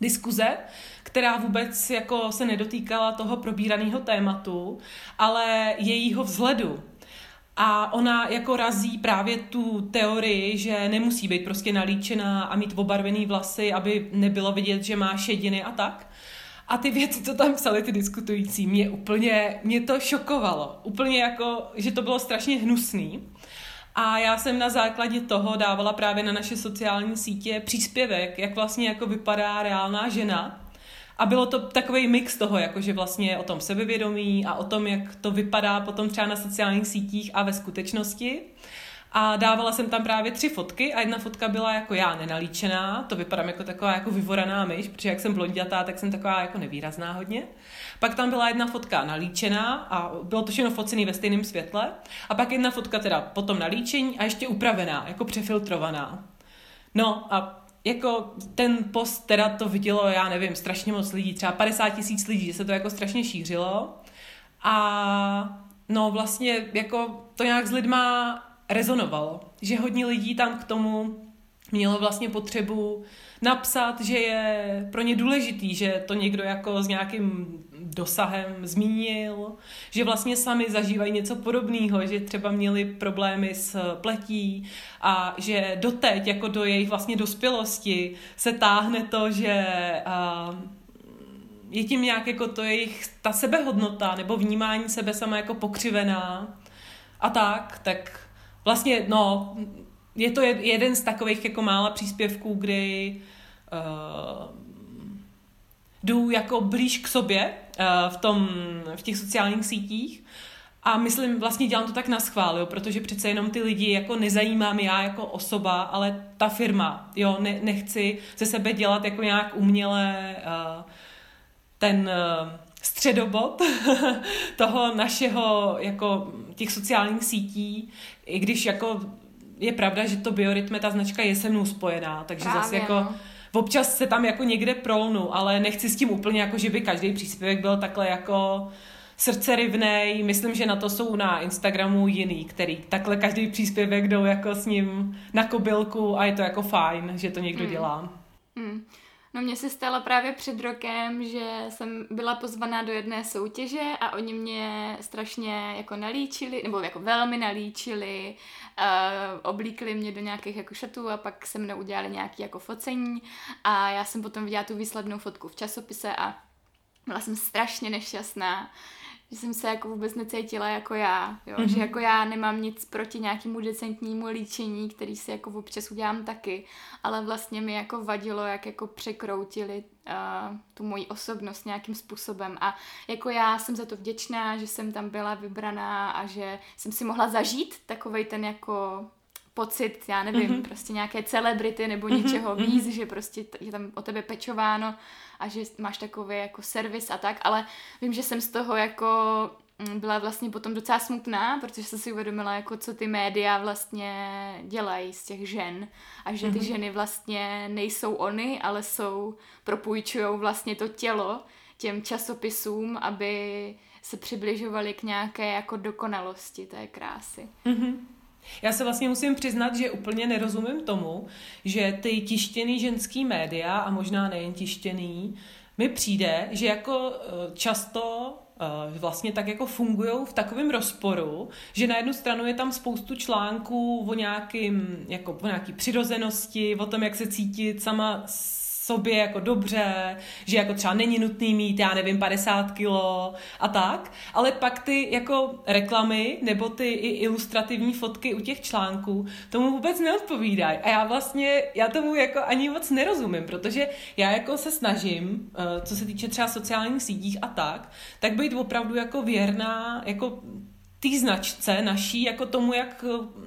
diskuze, která vůbec jako se nedotýkala toho probíraného tématu, ale jejího vzhledu. A ona jako razí právě tu teorii, že nemusí být prostě nalíčená a mít obarvený vlasy, aby nebylo vidět, že má šediny a tak. A ty věci, co tam psali ty diskutující, mě úplně, mě to šokovalo. Úplně jako, že to bylo strašně hnusný. A já jsem na základě toho dávala právě na naše sociální sítě příspěvek, jak vlastně jako vypadá reálná žena. A bylo to takový mix toho, jakože vlastně o tom sebevědomí a o tom, jak to vypadá potom třeba na sociálních sítích a ve skutečnosti. A dávala jsem tam právě tři fotky a jedna fotka byla jako já nenalíčená, to vypadám jako taková jako vyvoraná myš, protože jak jsem blondětá, tak jsem taková jako nevýrazná hodně. Pak tam byla jedna fotka nalíčená a bylo to všechno focený ve stejném světle. A pak jedna fotka teda potom nalíčení a ještě upravená, jako přefiltrovaná. No a jako ten post teda to vidělo, já nevím, strašně moc lidí, třeba padesát tisíc lidí, že se to jako strašně šířilo. A no vlastně jako to nějak s lidma rezonovalo, že hodně lidí tam k tomu mělo vlastně potřebu napsat, že je pro ně důležitý, že to někdo jako s nějakým dosahem zmínil, že vlastně sami zažívají něco podobného, že třeba měli problémy s pletí a že doteď jako do jejich vlastně dospělosti se táhne to, že uh, je tím nějak jako to jejich ta sebehodnota nebo vnímání sebe sama jako pokřivená a tak, tak vlastně, no, je to jeden z takových jako mála příspěvků, kdy uh, jdu jako blíž k sobě uh, v, tom, v těch sociálních sítích a myslím, vlastně dělám to tak naschvál, jo, protože přece jenom ty lidi jako nezajímám já jako osoba, ale ta firma, jo, ne, nechci ze sebe dělat jako nějak uměle uh, ten uh, středobod toho našeho, jako těch sociálních sítí, i když jako je pravda, že to Biorytme, ta značka je se mnou spojená, takže Právě, zase jako no. občas se tam jako někde prolnu, ale nechci s tím úplně jako, že by každý příspěvek byl takhle jako srdcerivnej. Myslím, že na to jsou na Instagramu jiný, který takhle každý příspěvek jdou jako s ním na kobylku a je to jako fajn, že to někdo mm. dělá. Mm. No mně se stalo právě před rokem, že jsem byla pozvaná do jedné soutěže a oni mě strašně jako nalíčili, nebo jako velmi nalíčili, uh, oblíkli mě do nějakých jako šatů a pak se mnou udělali nějaké jako focení a já jsem potom viděla tu výslednou fotku v časopise a byla jsem strašně nešťastná, že jsem se jako vůbec necítila jako já, jo? Mm-hmm. Že jako já nemám nic proti nějakému decentnímu líčení, který si jako občas udělám taky, ale vlastně mi jako vadilo, jak jako překroutili uh, tu moji osobnost nějakým způsobem a jako já jsem za to vděčná, že jsem tam byla vybraná a že jsem si mohla zažít takovej ten jako pocit, já nevím, mm-hmm. prostě nějaké celebrity nebo mm-hmm. něčeho víc, že prostě je tam o tebe pečováno a že máš takový jako servis a tak, ale vím, že jsem z toho jako byla vlastně potom docela smutná, protože jsem si uvědomila, jako co ty média vlastně dělají z těch žen a že ty mm-hmm. ženy vlastně nejsou ony, ale jsou, propůjčujou vlastně to tělo těm časopisům, aby se přibližovali k nějaké jako dokonalosti té krásy. Mm-hmm. Já se vlastně musím přiznat, že úplně nerozumím tomu, že ty tištěný ženský média, a možná nejen tištěný, mi přijde, že jako často vlastně tak jako fungujou v takovém rozporu, že na jednu stranu je tam spoustu článků o nějakým, jako o nějaký přirozenosti, o tom, jak se cítit sama sobě jako dobře, že jako třeba není nutný mít, já nevím, padesát kilo a tak, ale pak ty jako reklamy nebo ty i ilustrativní fotky u těch článků tomu vůbec neodpovídají. A já vlastně, já tomu jako ani moc nerozumím, protože já jako se snažím, co se týče třeba sociálních sítích a tak, tak být opravdu jako věrná jako té značce naší, jako tomu, jak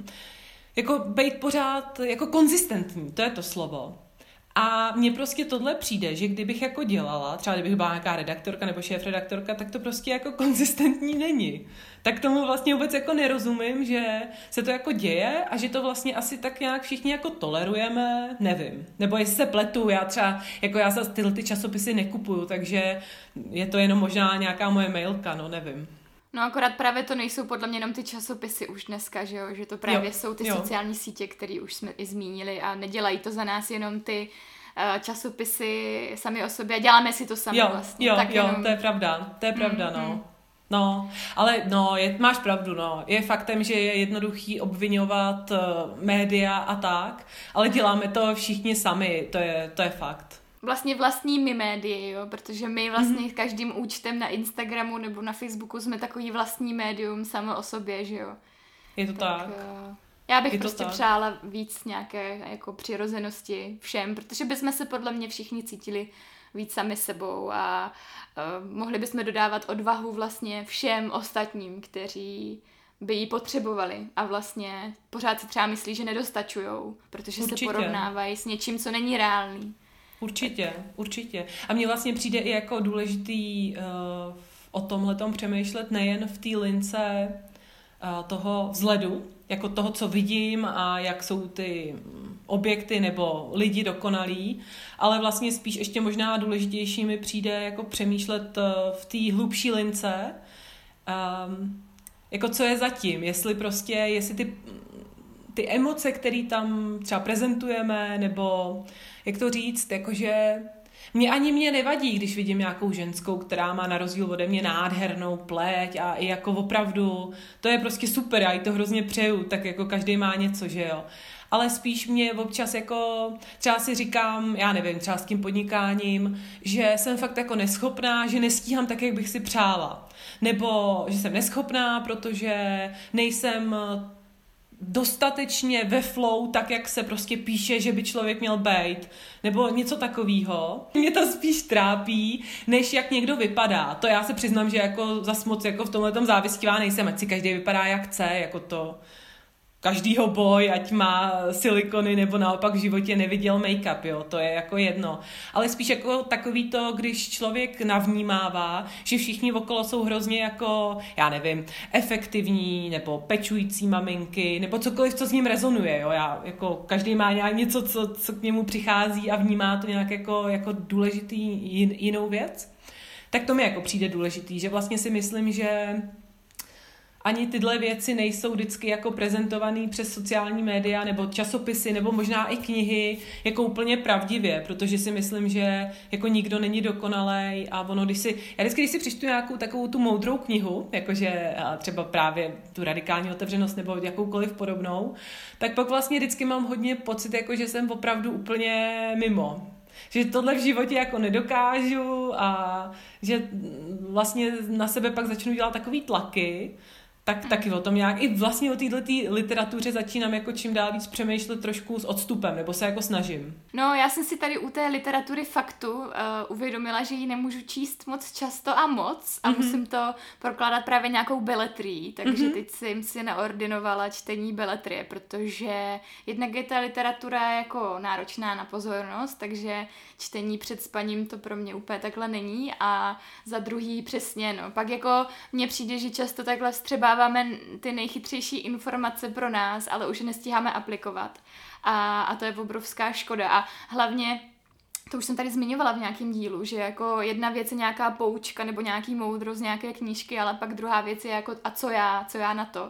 jako být pořád jako konzistentní, to je to slovo. A mně prostě tohle přijde, že kdybych jako dělala, třeba kdybych byla nějaká redaktorka nebo šéfredaktorka, tak to prostě jako konzistentní není. Tak tomu vlastně vůbec jako nerozumím, že se to jako děje a že to vlastně asi tak nějak všichni jako tolerujeme, nevím. Nebo jestli se pletu, já třeba, jako já za tyhle ty časopisy nekupuju, takže je to jenom možná nějaká moje mailka, no nevím. No akorát právě to nejsou podle mě jenom ty časopisy už dneska, že jo, že to právě jo, jsou ty jo. sociální sítě, které už jsme i zmínili a nedělají to za nás jenom ty časopisy sami o sobě a děláme si to sami jo, vlastně. Jo, tak jo, jenom... to je pravda, to je pravda, mm, no. Mm. No, ale no, je, máš pravdu, no. Je faktem, že je jednoduchý obvinovat uh, média a tak, ale děláme to všichni sami, to je, to je fakt. Vlastně vlastními médii, jo, protože my vlastně mm-hmm. každým účtem na Instagramu nebo na Facebooku jsme takový vlastní médium samo o sobě, že jo. Je to tak. tak. Já bych prostě tak. přála víc nějaké jako přirozenosti všem, protože bychom se podle mě všichni cítili víc sami sebou a uh, mohli bychom dodávat odvahu vlastně všem ostatním, kteří by ji potřebovali a vlastně pořád si třeba myslí, že nedostačujou, protože Určitě. se porovnávají s něčím, co není reálný. Určitě, určitě. A mně vlastně přijde i jako důležitý uh, o tomhletom přemýšlet nejen v té lince uh, toho vzhledu, jako toho, co vidím a jak jsou ty objekty nebo lidi dokonalí, ale vlastně spíš ještě možná důležitější mi přijde jako přemýšlet v té hlubší lince, um, jako co je zatím, jestli prostě, jestli ty, ty emoce, které tam třeba prezentujeme, nebo jak to říct, jakože mě ani mě nevadí, když vidím nějakou ženskou, která má na rozdíl ode mě nádhernou pleť a i jako opravdu, to je prostě super, já jí to hrozně přeju, tak jako každý má něco, že jo. Ale spíš mě občas jako, třeba si říkám, já nevím, třeba s tím podnikáním, že jsem fakt jako neschopná, že nestíhám tak, jak bych si přála. Nebo že jsem neschopná, protože nejsem dostatečně ve flow, tak jak se prostě píše, že by člověk měl být, nebo něco takového. Mě to spíš trápí, než jak někdo vypadá. To já se přiznám, že jako zas moc jako v tomhletom závistivá nejsem, ať si každý vypadá jak chce, jako to každýho boj, ať má silikony nebo naopak v životě neviděl make-up, jo, to je jako jedno. Ale spíš jako takový to, když člověk navnímává, že všichni okolo jsou hrozně jako, já nevím, efektivní nebo pečující maminky, nebo cokoliv, co s ním rezonuje, jo, já, jako každý má nějak něco, co, co k němu přichází a vnímá to nějak jako, jako důležitý jin, jinou věc, tak to mi jako přijde důležitý, že vlastně si myslím, že ani tyhle věci nejsou vždycky jako prezentovaný přes sociální média nebo časopisy nebo možná i knihy jako úplně pravdivě, protože si myslím, že jako nikdo není dokonalej a ono, když si, já vždycky, když si přečtu nějakou takovou tu moudrou knihu, jakože třeba právě tu radikální otevřenost nebo jakoukoliv podobnou, tak pak vlastně vždycky mám hodně pocit, jako že jsem opravdu úplně mimo. Že tohle v životě jako nedokážu a že vlastně na sebe pak začnu dělat takový tlaky, tak taky o tom nějak, i vlastně o této literatuře začínám jako čím dál víc přemýšlet trošku s odstupem, nebo se jako snažím. No, já jsem si tady u té literatury faktu uh, uvědomila, že ji nemůžu číst moc často a moc a mm-hmm. musím to prokládat právě nějakou beletrii, takže mm-hmm. teď jsem si naordinovala čtení beletrie, protože jednak je ta literatura jako náročná na pozornost, takže čtení před spaním to pro mě úplně takhle není a za druhý přesně, no. Pak jako mně přijde, že často takhle vstřebáváme ty nejchytřejší informace pro nás, ale už je nestíháme aplikovat. A, a to je obrovská škoda. A hlavně, to už jsem tady zmiňovala v nějakém dílu, že jako jedna věc je nějaká poučka nebo nějaký moudro z nějaké knížky, ale pak druhá věc je jako a co já, co já na to.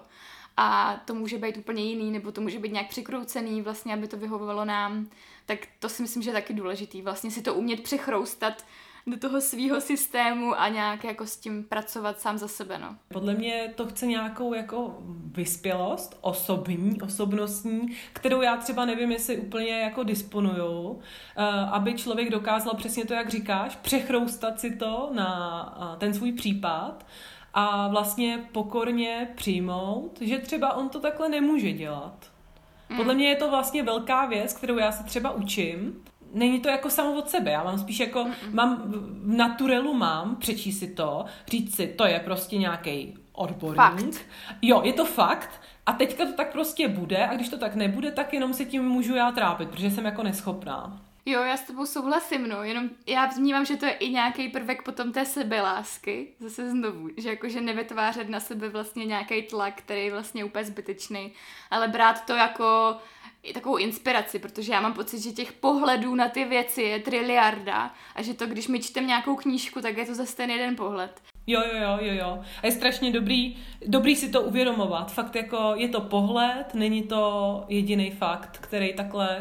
A to může být úplně jiný, nebo to může být nějak přikroucený, vlastně, aby to vyhovovalo nám. Tak to si myslím, že je taky důležitý. Vlastně si to umět přechroustat do toho svýho systému a nějak jako s tím pracovat sám za sebe, no. Podle mě to chce nějakou jako vyspělost, osobní, osobnostní, kterou já třeba nevím, jestli úplně jako disponuju, aby člověk dokázal přesně to, jak říkáš, přechroustat si to na ten svůj případ a vlastně pokorně přijmout, že třeba on to takhle nemůže dělat. Podle mě je to vlastně velká věc, kterou já se třeba učím. Není to jako samo od sebe, já mám spíš jako, Mm-mm. mám v naturelu mám, přečíst si to, říct si, to je prostě nějaký odborník. Fakt. Jo, je to fakt a teďka to tak prostě bude a když to tak nebude, tak jenom se tím můžu já trápit, protože jsem jako neschopná. Jo, já s tebou souhlasím, no, jenom já vnímám, že to je i nějaký prvek potom té sebelásky, zase znovu, že jakože nevytvářet na sebe vlastně nějaký tlak, který je vlastně úplně zbytečný, ale brát to jako i takovou inspiraci, protože já mám pocit, že těch pohledů na ty věci je triliarda a že to, když mi čtem nějakou knížku, tak je to zase ten jeden pohled. Jo, jo, jo, jo, jo. A je strašně dobrý, dobrý si to uvědomovat. Fakt jako je to pohled, není to jediný fakt, který takhle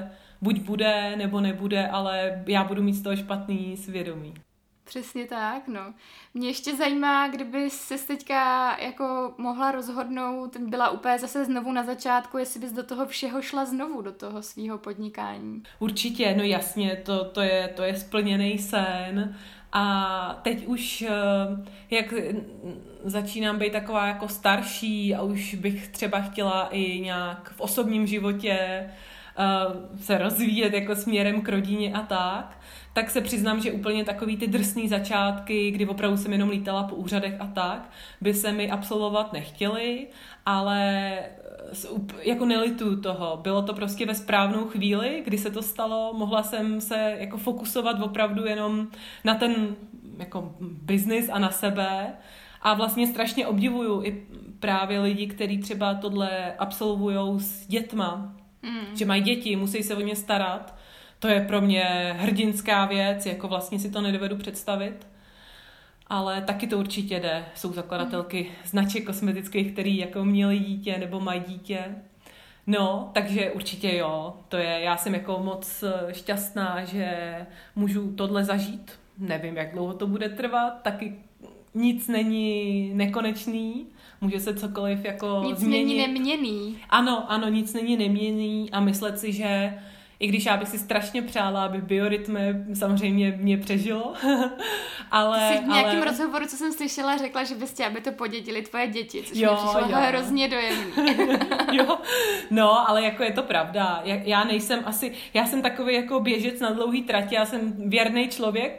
buď bude, nebo nebude, ale já budu mít z toho špatný svědomí. Přesně tak, no. Mě ještě zajímá, kdyby se teďka jako mohla rozhodnout, byla úplně zase znovu na začátku, jestli bys do toho všeho šla znovu, do toho svýho podnikání. Určitě, no jasně, to, to, je, to je splněný sen. A teď už, jak začínám být taková jako starší a už bych třeba chtěla i nějak v osobním životě se rozvíjet jako směrem k rodině a tak, tak se přiznám, že úplně takový ty drsný začátky, kdy opravdu jsem jenom lítala po úřadech a tak, by se mi absolvovat nechtěly, ale jako nelituju toho. Bylo to prostě ve správnou chvíli, kdy se to stalo, mohla jsem se jako fokusovat opravdu jenom na ten jako biznis a na sebe a vlastně strašně obdivuju i právě lidi, kteří třeba tohle absolvujou s dětma, mm. že mají děti, musí se o ně starat. To je pro mě hrdinská věc, jako vlastně si to nedovedu představit. Ale taky to určitě jde. Jsou zakladatelky mm. značek kosmetických, který jako měli dítě nebo mají dítě. No, takže určitě jo. To je, já jsem jako moc šťastná, že můžu tohle zažít. Nevím, jak dlouho to bude trvat, taky nic není nekonečný. Může se cokoliv jako nic změnit. Nic není neměnný. Ano, ano, nic není neměnný a myslet si, že i když já bych si strašně přála, aby Biorytme samozřejmě mě přežilo, ale... Ty jsi v nějakém ale... rozhovoru, co jsem slyšela, řekla, že bys chtěla, aby to podědili tvoje děti, což jo, mě přišlo jo. hrozně dojemný. Jo, no, ale jako je to pravda. Já, já nejsem asi... Já jsem takový jako běžec na dlouhý trati, já jsem věrný člověk.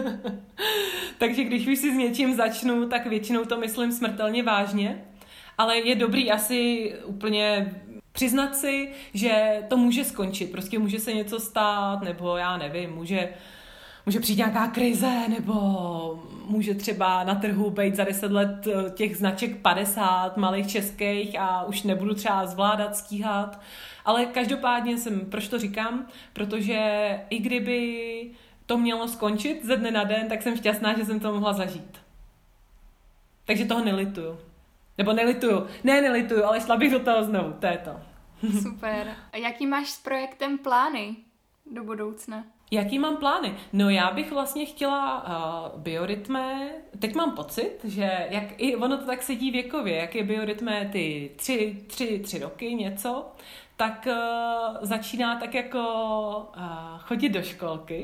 Takže když už si s něčím začnu, tak většinou to myslím smrtelně vážně. Ale je dobrý asi úplně... přiznat si, že to může skončit, prostě může se něco stát, nebo já nevím, může, může přijít nějaká krize, nebo může třeba na trhu být za deset let těch značek padesát malých českých a už nebudu třeba zvládat, stíhat. Ale každopádně jsem, proč to říkám, protože i kdyby to mělo skončit ze dne na den, tak jsem šťastná, že jsem to mohla zažít. Takže toho nelituju. Nebo nelituju. Ne, nelituju, ale šla bych do toho znovu. To je to. Super. A jaký máš s projektem plány do budoucna? Jaký mám plány? No já bych vlastně chtěla uh, Biorytme, teď mám pocit, že jak i ono to tak sedí věkově, jak je Biorytme ty tři, tři, tři roky něco, tak uh, začíná tak jako uh, chodit do školky,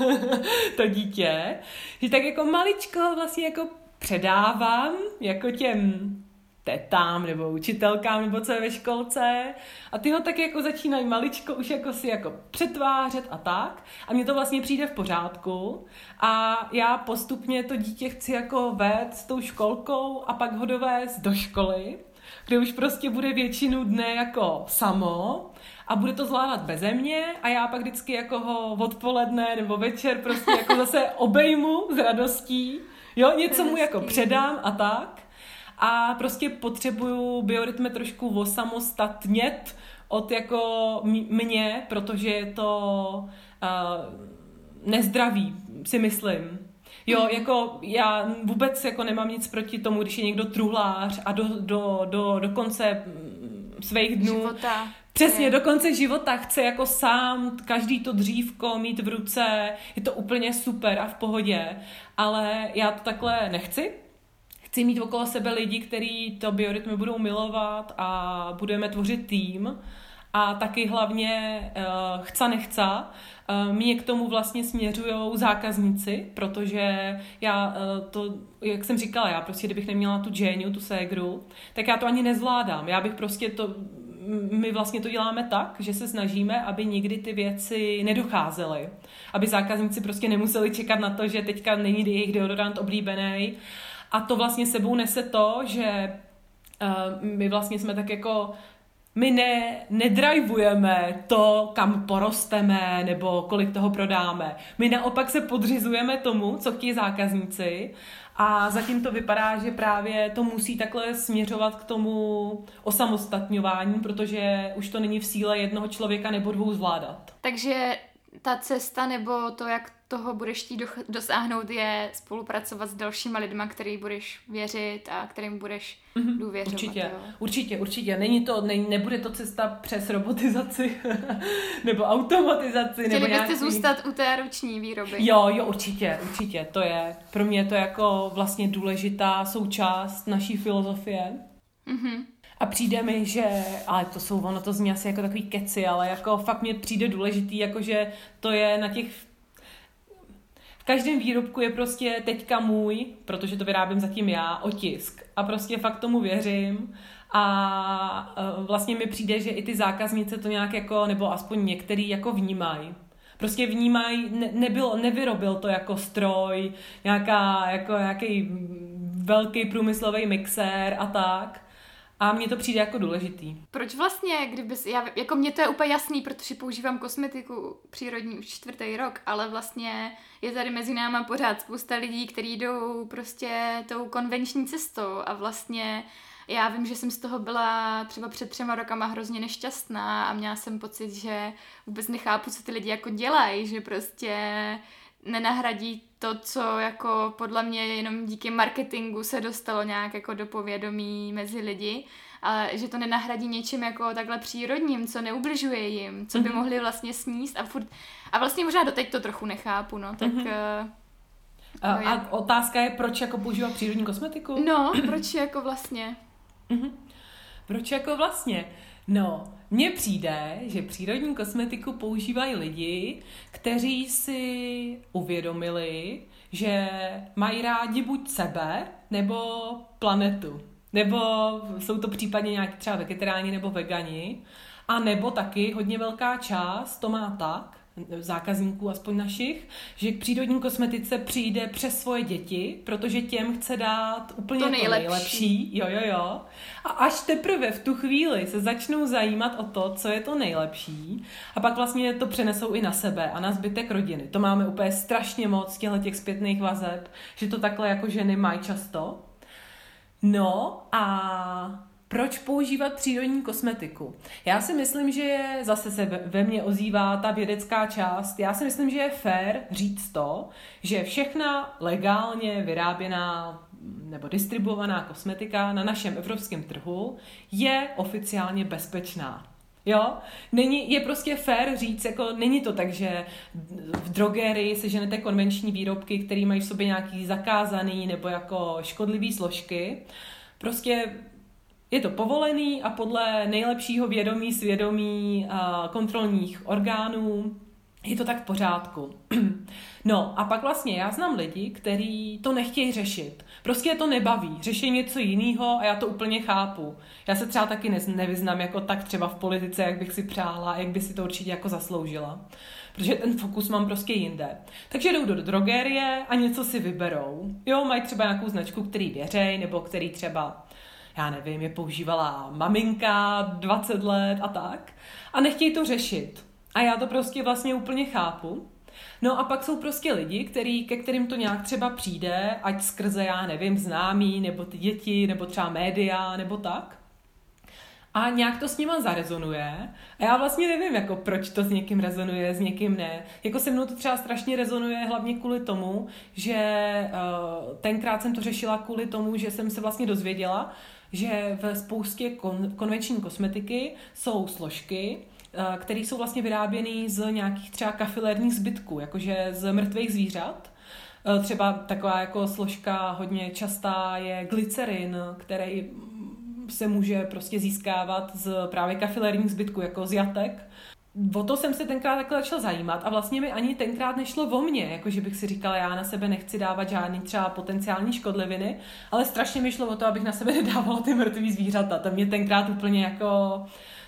to dítě, že tak jako maličko vlastně jako předávám jako těm tetám nebo učitelkám nebo co je ve školce a ty ho tak jako začínají maličko už jako si jako přetvářet a tak a mně to vlastně přijde v pořádku a já postupně to dítě chci jako vést s tou školkou a pak ho dovést do školy, kde už prostě bude většinu dne jako samo a bude to zvládat beze mě a já pak vždycky jako ho odpoledne nebo večer prostě jako zase obejmu s radostí, jo, něco mu jako předám a tak. A prostě potřebuju Biorytme trošku osamostatnět od jako mě, protože je to uh, nezdravý, si myslím. Jo, mm. jako já vůbec jako nemám nic proti tomu, když je někdo truhlář a do, do, do, do konce svých dnů... Života. Přesně, je. do konce života chce jako sám každý to dřívko mít v ruce, je to úplně super a v pohodě, ale já to takhle nechci. Chci mít okolo sebe lidi, kteří to Biorytme budou milovat a budeme tvořit tým. A taky hlavně uh, chca nechca, uh, mě k tomu vlastně směřujou zákazníci, protože já uh, to, jak jsem říkala, já prostě kdybych neměla tu Džéňu, tu ségru, tak já to ani nezvládám. Já bych prostě to, my vlastně to děláme tak, že se snažíme, aby nikdy ty věci nedocházely. Aby zákazníci prostě nemuseli čekat na to, že teďka není jejich deodorant oblíbený. A to vlastně sebou nese to, že uh, my vlastně jsme tak jako, my ne, nedrajvujeme to, kam porosteme nebo kolik toho prodáme. My naopak se podřizujeme tomu, co chtějí zákazníci a zatím to vypadá, že právě to musí takhle směřovat k tomu osamostatňování, protože už to není v síle jednoho člověka nebo dvou zvládat. Takže ta cesta nebo to, jak toho budeš chtít dosáhnout, je spolupracovat s dalšíma lidma, který budeš věřit a kterým budeš mm-hmm, důvěřovat. Určitě, jo? určitě, určitě. Není to, ne, nebude to cesta přes robotizaci nebo automatizaci. Chtěli nebo byste nějaký... zůstat u té ruční výroby? Jo, jo, určitě, určitě. To je, pro mě je to jako vlastně důležitá součást naší filozofie. Mm-hmm. A přijde mi, že, ale to jsou, ono to zní asi jako takový keci, ale jako fakt mě přijde důležitý, jakože to je na těch, v každém výrobku je prostě teďka můj, protože to vyrábím zatím já, otisk. A prostě fakt tomu věřím a vlastně mi přijde, že i ty zákaznice to nějak jako, nebo aspoň některý jako vnímají. Prostě vnímají, ne, nebylo, nevyrobil to jako stroj, nějaká, jako nějaký velký průmyslový mixér a tak. A mně to přijde jako důležitý. Proč vlastně, kdybys, já, jako mně to je úplně jasný, protože používám kosmetiku přírodní už čtvrtý rok, ale vlastně je tady mezi náma pořád spousta lidí, kteří jdou prostě tou konvenční cestou a vlastně já vím, že jsem z toho byla třeba před třema rokama hrozně nešťastná a měla jsem pocit, že vůbec nechápu, co ty lidi jako dělají, že prostě nenahradí to, co jako podle mě jenom díky marketingu se dostalo nějak jako do povědomí mezi lidi, ale že to nenahradí něčím jako takhle přírodním, co neubližuje jim, co by mohli vlastně sníst a furt, a vlastně možná doteď to trochu nechápu, no, tak... Mm-hmm. A, a otázka je, proč jako používat přírodní kosmetiku? No, proč jako vlastně? Mm-hmm. Proč jako vlastně? No, mně přijde, že přírodní kosmetiku používají lidi, kteří si uvědomili, že mají rádi buď sebe, nebo planetu. Nebo jsou to případně nějaký třeba vegetariáni nebo vegani. A nebo taky hodně velká část to má tak, zákazníků aspoň našich, že k přírodní kosmetice přijde přes svoje děti, protože těm chce dát úplně to nejlepší. To nejlepší. Jo, jo, jo. A až teprve v tu chvíli se začnou zajímat o to, co je to nejlepší a pak vlastně to přenesou i na sebe a na zbytek rodiny. To máme úplně strašně moc těch zpětných vazeb, že to takhle jako ženy mají často. No a... Proč používat přírodní kosmetiku? Já si myslím, že je, zase se ve mně ozývá ta vědecká část, já si myslím, že je fér říct to, že všechna legálně vyráběná nebo distribuovaná kosmetika na našem evropském trhu je oficiálně bezpečná. Jo? Není, je prostě fér říct, jako není to tak, že v drogerii seženete konvenční výrobky, které mají v sobě nějaký zakázaný nebo jako škodlivý složky. Prostě je to povolený a podle nejlepšího vědomí, svědomí a kontrolních orgánů je to tak v pořádku. No a pak vlastně já znám lidi, kteří to nechtějí řešit. Prostě je to nebaví. Řeší něco jiného a já to úplně chápu. Já se třeba taky nevyznám jako tak třeba v politice, jak bych si přála, jak by si to určitě jako zasloužila. Protože ten fokus mám prostě jinde. Takže jdou do drogerie a něco si vyberou. Jo, mají třeba nějakou značku, který věřej, nebo který třeba já nevím, je používala maminka dvacet let a tak. A nechtějí to řešit. A já to prostě vlastně úplně chápu. No a pak jsou prostě lidi, který, ke kterým to nějak třeba přijde, ať skrze, já nevím, známí, nebo ty děti, nebo třeba média, nebo tak. A nějak to s nima zarezonuje. A já vlastně nevím, jako proč to s někým rezonuje, s někým ne. Jako se mnou to třeba strašně rezonuje hlavně kvůli tomu, že uh, tenkrát jsem to řešila kvůli tomu, že jsem se vlastně dozvěděla, že ve spoustě kon- konvenční kosmetiky jsou složky, uh, které jsou vlastně vyráběné z nějakých třeba kafilerních zbytků, jakože z mrtvých zvířat. Uh, třeba taková jako složka hodně častá je glycerin, který se může prostě získávat z právě kafilerních zbytků, jako z jatek. O to jsem se tenkrát takhle začala zajímat a vlastně mi ani tenkrát nešlo o mě, jakože bych si říkala, já na sebe nechci dávat žádný třeba potenciální škodliviny, ale strašně mi šlo o to, abych na sebe nedávala ty mrtvý zvířata. To mě tenkrát úplně jako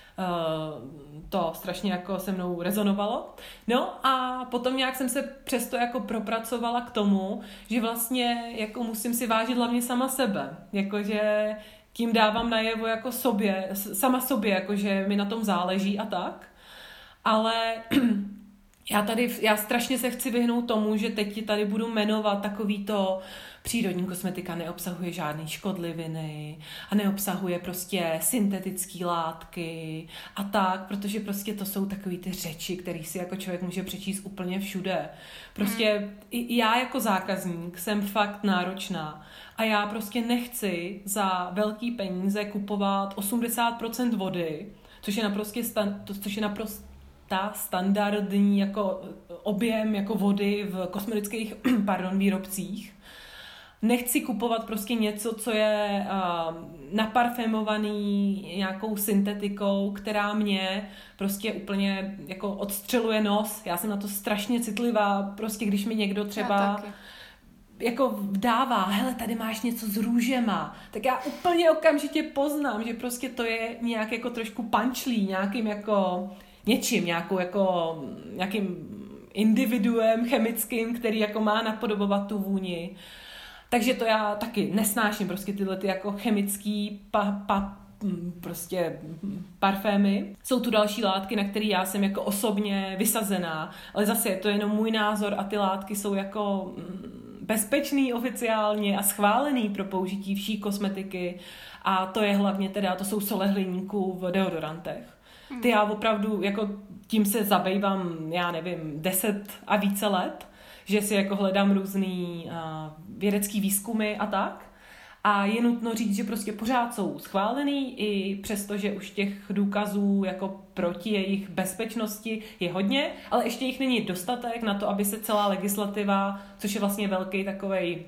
uh, to strašně jako se mnou rezonovalo. No a potom nějak jsem se přesto jako propracovala k tomu, že vlastně jako musím si vážit hlavně sama sebe. Jakože tím dávám najevo jako sobě, sama sobě, jakože mi na tom záleží a tak. Ale já tady, já strašně se chci vyhnout tomu, že teď ti tady budu jmenovat takový to přírodní kosmetika neobsahuje žádný škodliviny a neobsahuje prostě syntetické látky a tak, protože prostě to jsou takový ty řeči, které si jako člověk může přečíst úplně všude. Prostě mm. i já jako zákazník jsem fakt náročná a já prostě nechci za velký peníze kupovat osmdesát procent vody, což je naprosto, stan- což je naprosto ta standardní jako objem jako vody v kosmetických pardon, výrobcích. Nechci kupovat prostě něco, co je uh, naparfémovaný nějakou syntetikou, která mě prostě úplně jako odstřeluje nos. Já jsem na to strašně citlivá, prostě když mi někdo třeba jako dává, hele, tady máš něco s růžema, tak já úplně okamžitě poznám, že prostě to je nějak jako trošku pančlí, nějakým jako něčím, nějakou jako, nějakým individuem chemickým, který jako má napodobovat tu vůni. Takže to já taky nesnáším prostě tyhle ty jako chemický pa, pa, prostě parfémy. Jsou tu další látky, na které já jsem jako osobně vysazená, ale zase je to jenom můj názor a ty látky jsou jako bezpečný oficiálně a schválený pro použití vší kosmetiky a to je hlavně teda, to jsou sole hliníku v deodorantech. Ty já opravdu jako tím se zabývám, já nevím, deset a více let, že si jako hledám různý uh, vědecký výzkumy a tak. A je nutno říct, že prostě pořád jsou schválený, i přesto, že už těch důkazů jako proti jejich bezpečnosti je hodně, ale ještě jich není dostatek na to, aby se celá legislativa, což je vlastně velký takovej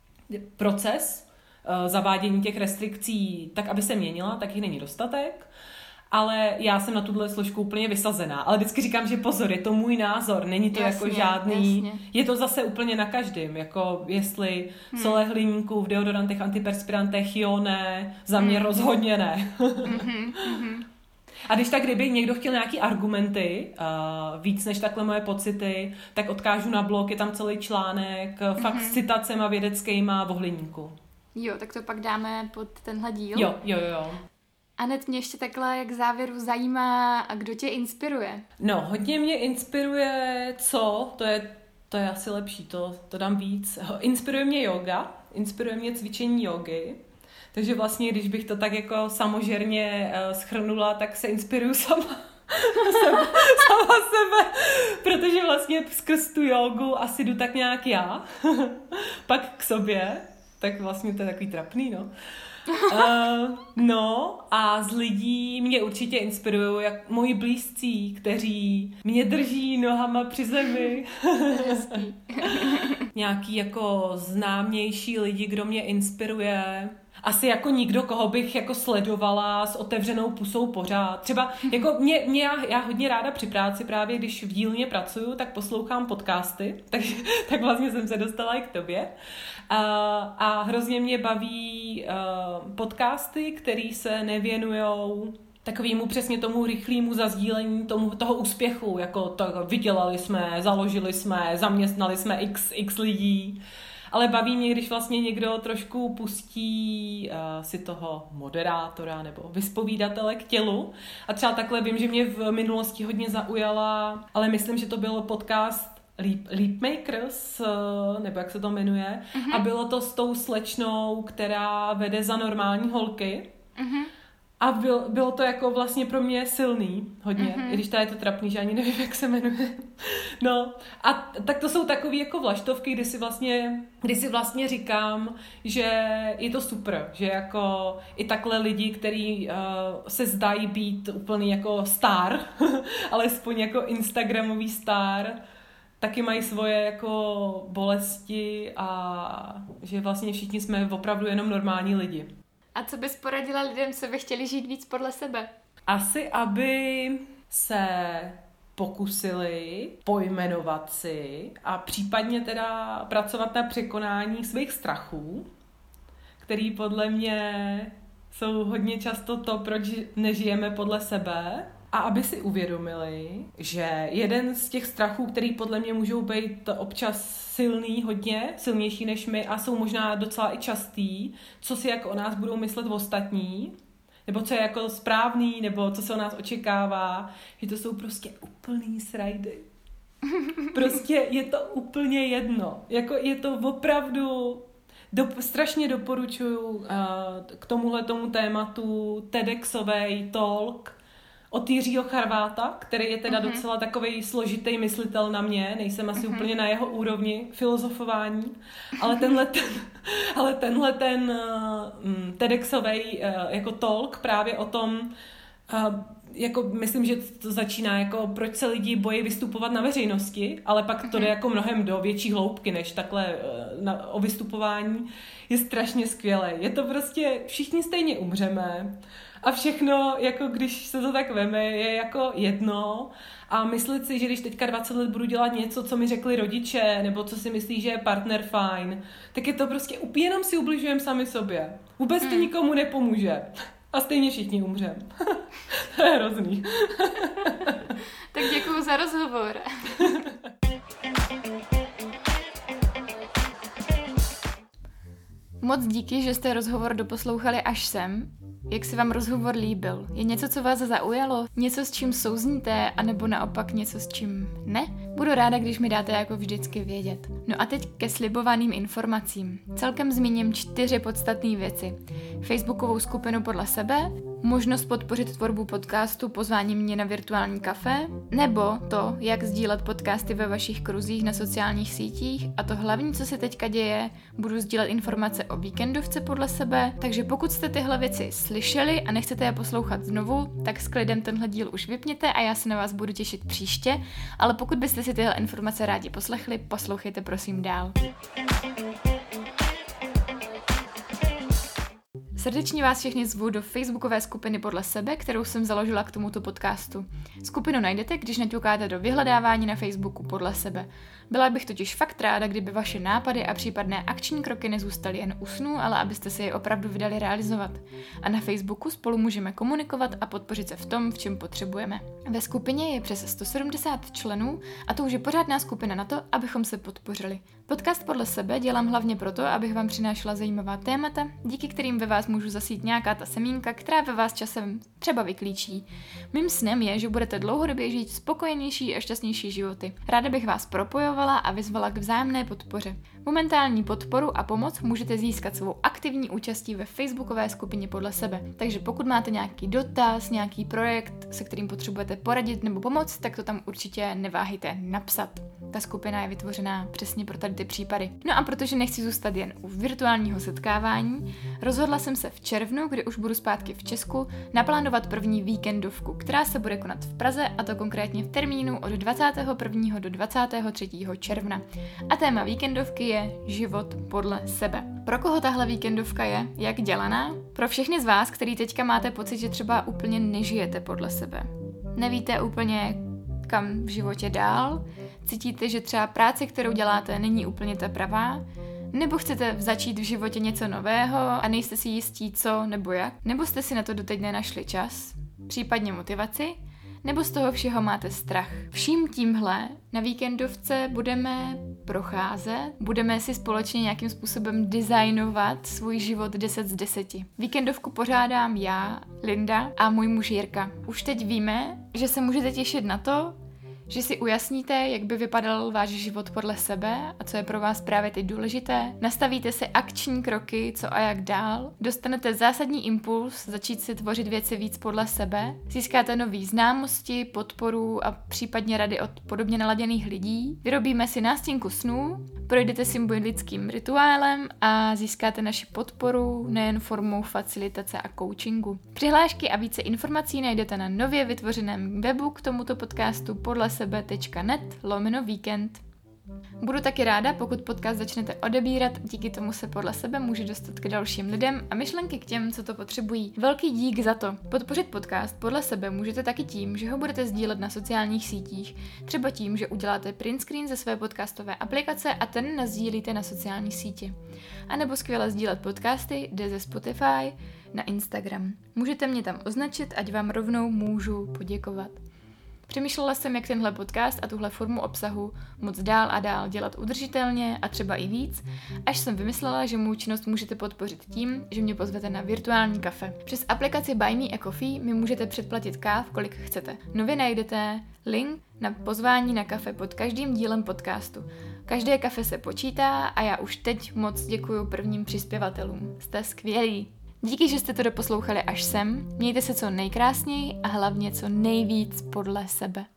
proces uh, zavádění těch restrikcí, tak aby se měnila, tak jich není dostatek. Ale já jsem na tuhle složku úplně vysazená. Ale vždycky říkám, že pozor, je to můj názor, není to jasně, jako žádný, jasně. Je to zase úplně na každém, jako jestli hmm. sole hliníku v deodorantech, antiperspirantech, jo, ne, za mě hmm. rozhodně ne. hmm. A když tak, kdyby někdo chtěl nějaký argumenty, uh, víc než takhle moje pocity, tak odkážu na blog, je tam celý článek, hmm. fakt s citacema vědeckýma o hliníku. Jo, tak to pak dáme pod tenhle díl. Jo, jo, jo. Anet, mě ještě takhle jak závěru zajímá, a kdo tě inspiruje? No, hodně mě inspiruje, co? To je, to je asi lepší, to, to dám víc. Inspiruje mě yoga, inspiruje mě cvičení jogy, takže vlastně, když bych to tak jako samožerně uh, shrnula, tak se inspiruju sama. sama, sama sebe, protože vlastně skrz tu jogu asi jdu tak nějak já, pak k sobě, tak vlastně to je takový trapný, no. Uh, no a z lidí mě určitě inspirují jak moji blízcí, kteří mě drží nohama při zemi. Nějaký jako známější lidi, kdo mě inspiruje. Asi jako nikdo, koho bych jako sledovala s otevřenou pusou pořád. Třeba jako mě, mě já, já hodně ráda při práci právě, když v dílně pracuju, tak poslouchám podcasty, takže tak vlastně jsem se dostala i k tobě. A, a hrozně mě baví uh, podcasty, který se nevěnujou takovému přesně tomu rychlému zazdílení tomu, toho úspěchu, jako to, vydělali jsme, založili jsme, zaměstnali jsme x, x lidí. Ale baví mě, když vlastně někdo trošku pustí uh, si toho moderátora nebo vyspovídatele k tělu. A třeba takhle vím, že mě v minulosti hodně zaujala, ale myslím, že to byl podcast Leap, Leapmakers, uh, nebo jak se to jmenuje. Uh-huh. A bylo to s tou slečnou, která vede Za normální holky. Uh-huh. A byl, bylo to jako vlastně pro mě silný hodně, mm-hmm. i když tady je to trapný, že ani nevím, jak se jmenuje. No a tak to jsou takový jako vlaštovky, kdy si vlastně, kdy si vlastně říkám, že je to super, že jako i takhle lidi, kteří uh, se zdají být úplný jako star, alespoň jako instagramový star, taky mají svoje jako bolesti a že vlastně všichni jsme opravdu jenom normální lidi. A co bys poradila lidem, co by chtěli žít víc podle sebe? Asi, aby se pokusili pojmenovat si a případně teda pracovat na překonání svých strachů, který podle mě jsou hodně často to, proč nežijeme podle sebe. A aby si uvědomili, že jeden z těch strachů, který podle mě můžou být občas silný, hodně silnější než my a jsou možná docela i častý, co si jako o nás budou myslet ostatní, nebo co je jako správný, nebo co se o nás očekává, že to jsou prostě úplný srajdy. Prostě je to úplně jedno. Jako je to opravdu Do, strašně doporučuji uh, k tomuhle tomu tématu TEDxovej talk od Jiřího Charváta, který je teda mm-hmm. docela takovej složitý myslitel na mě, nejsem asi mm-hmm. úplně na jeho úrovni filozofování, ale tenhle ten, ale tenhle ten uh, TEDxovej uh, jako talk právě o tom, uh, jako myslím, že to začíná jako proč se lidi bojí vystupovat na veřejnosti, ale pak to jde jako mnohem do větší hloubky než takhle na, o vystupování, je strašně skvělé. Je to prostě, všichni stejně umřeme a všechno, jako když se to tak veme, je jako jedno a myslet si, že když teďka dvacet let budu dělat něco, co mi řekli rodiče, nebo co si myslí, že je partner fajn, tak je to prostě, jenom si ubližujeme sami sobě. Vůbec to nikomu nepomůže. A stejně všichni umřem. To je hrozný. Tak děkuju za rozhovor. Moc díky, že jste rozhovor doposlouchali až sem. Jak se vám rozhovor líbil? Je něco, co vás zaujalo? Něco, s čím souzníte? A nebo naopak něco, s čím ne? Budu ráda, když mi dáte jako vždycky vědět. No a teď ke slibovaným informacím. Celkem zmíním čtyři podstatné věci. Facebookovou skupinu Podle sebe, možnost podpořit tvorbu podcastu pozváním mě na virtuální kafe, nebo to, jak sdílet podcasty ve vašich kruzích na sociálních sítích a to hlavní, co se teďka děje, budu sdílet informace o víkendovce Podle sebe, takže pokud jste tyhle věci slyšeli a nechcete je poslouchat znovu, tak s klidem tenhle díl už vypněte a já se na vás budu těšit příště, ale pokud byste si tyhle informace rádi poslechli, poslouchejte prosím dál. Srdečně vás všechny zvu do facebookové skupiny Podle sebe, kterou jsem založila k tomuto podcastu. Skupinu najdete, když naťukáte do vyhledávání na Facebooku Podle sebe. Byla bych totiž fakt ráda, kdyby vaše nápady a případné akční kroky nezůstaly jen u snů, ale abyste se je opravdu vydali realizovat. A na Facebooku spolu můžeme komunikovat a podpořit se v tom, v čem potřebujeme. Ve skupině je přes sto sedmdesát členů a to už je pořádná skupina na to, abychom se podpořili. Podcast Podle sebe dělám hlavně proto, abych vám přinášela zajímavá témata, díky kterým ve vás můžu zasít nějaká ta semínka, která ve vás časem třeba vyklíčí. Mým snem je, že budete dlouhodobě žít spokojenější a šťastnější životy. Ráda bych vás propojovala a vyzvala k vzájemné podpoře. Momentální podporu a pomoc můžete získat svou aktivní účastí ve facebookové skupině Podle sebe. Takže pokud máte nějaký dotaz, nějaký projekt, se kterým potřebujete poradit nebo pomoct, tak to tam určitě neváhejte napsat. Ta skupina je vytvořená přesně pro tady ty případy. No a protože nechci zůstat jen u virtuálního setkávání, rozhodla jsem se v červnu, kdy už budu zpátky v Česku, naplánovat první víkendovku, která se bude konat v Praze, a to konkrétně v termínu od dvacátého prvního do dvacátého třetího června. A téma víkendovky je život podle sebe. Pro koho tahle víkendovka je? Jak dělaná? Pro všechny z vás, který teďka máte pocit, že třeba úplně nežijete podle sebe. Nevíte úplně, kam v životě dál, cítíte, že třeba práce, kterou děláte, není úplně ta pravá, nebo chcete začít v životě něco nového a nejste si jistí co nebo jak, nebo jste si na to doteď nenašli čas, případně motivaci, nebo z toho všeho máte strach. Vším tímhle na víkendovce budeme procházet, budeme si společně nějakým způsobem designovat svůj život deset z deseti. Víkendovku pořádám já, Linda a můj muž Jirka. Už teď víme, že se můžete těšit na to, že si ujasníte, jak by vypadal váš život podle sebe a co je pro vás právě teď důležité. Nastavíte si akční kroky, co a jak dál. Dostanete zásadní impuls začít si tvořit věci víc podle sebe. Získáte nové známosti, podporu a případně rady od podobně naladěných lidí. Vyrobíme si nástěnku snů, projdete symbolickým rituálem a získáte naši podporu nejen formou facilitace a coachingu. Přihlášky a více informací najdete na nově vytvořeném webu k tomuto podcastu podle sebe tečka net lomeno víkend. Budu taky ráda, pokud podcast začnete odebírat, díky tomu se podle sebe může dostat k dalším lidem a myšlenky k těm, co to potřebují. Velký dík za to. Podpořit podcast podle sebe můžete taky tím, že ho budete sdílet na sociálních sítích, třeba tím, že uděláte print screen ze své podcastové aplikace a ten nasdílíte na sociální sítě. A nebo skvěle sdílet podcasty jde ze Spotify na Instagram. Můžete mě tam označit, ať vám rovnou můžu poděkovat. Přemýšlela jsem, jak tenhle podcast a tuhle formu obsahu moc dál a dál dělat udržitelně a třeba i víc, až jsem vymyslela, že mou činnost můžete podpořit tím, že mě pozvete na virtuální kafe. Přes aplikaci Buy Me a Coffee mi můžete předplatit káv, kolik chcete. Nově najdete link na pozvání na kafe pod každým dílem podcastu. Každé kafe se počítá a já už teď moc děkuju prvním přispěvatelům. Jste skvělí! Díky, že jste to doposlouchali až sem. Mějte se co nejkrásněji a hlavně co nejvíc podle sebe.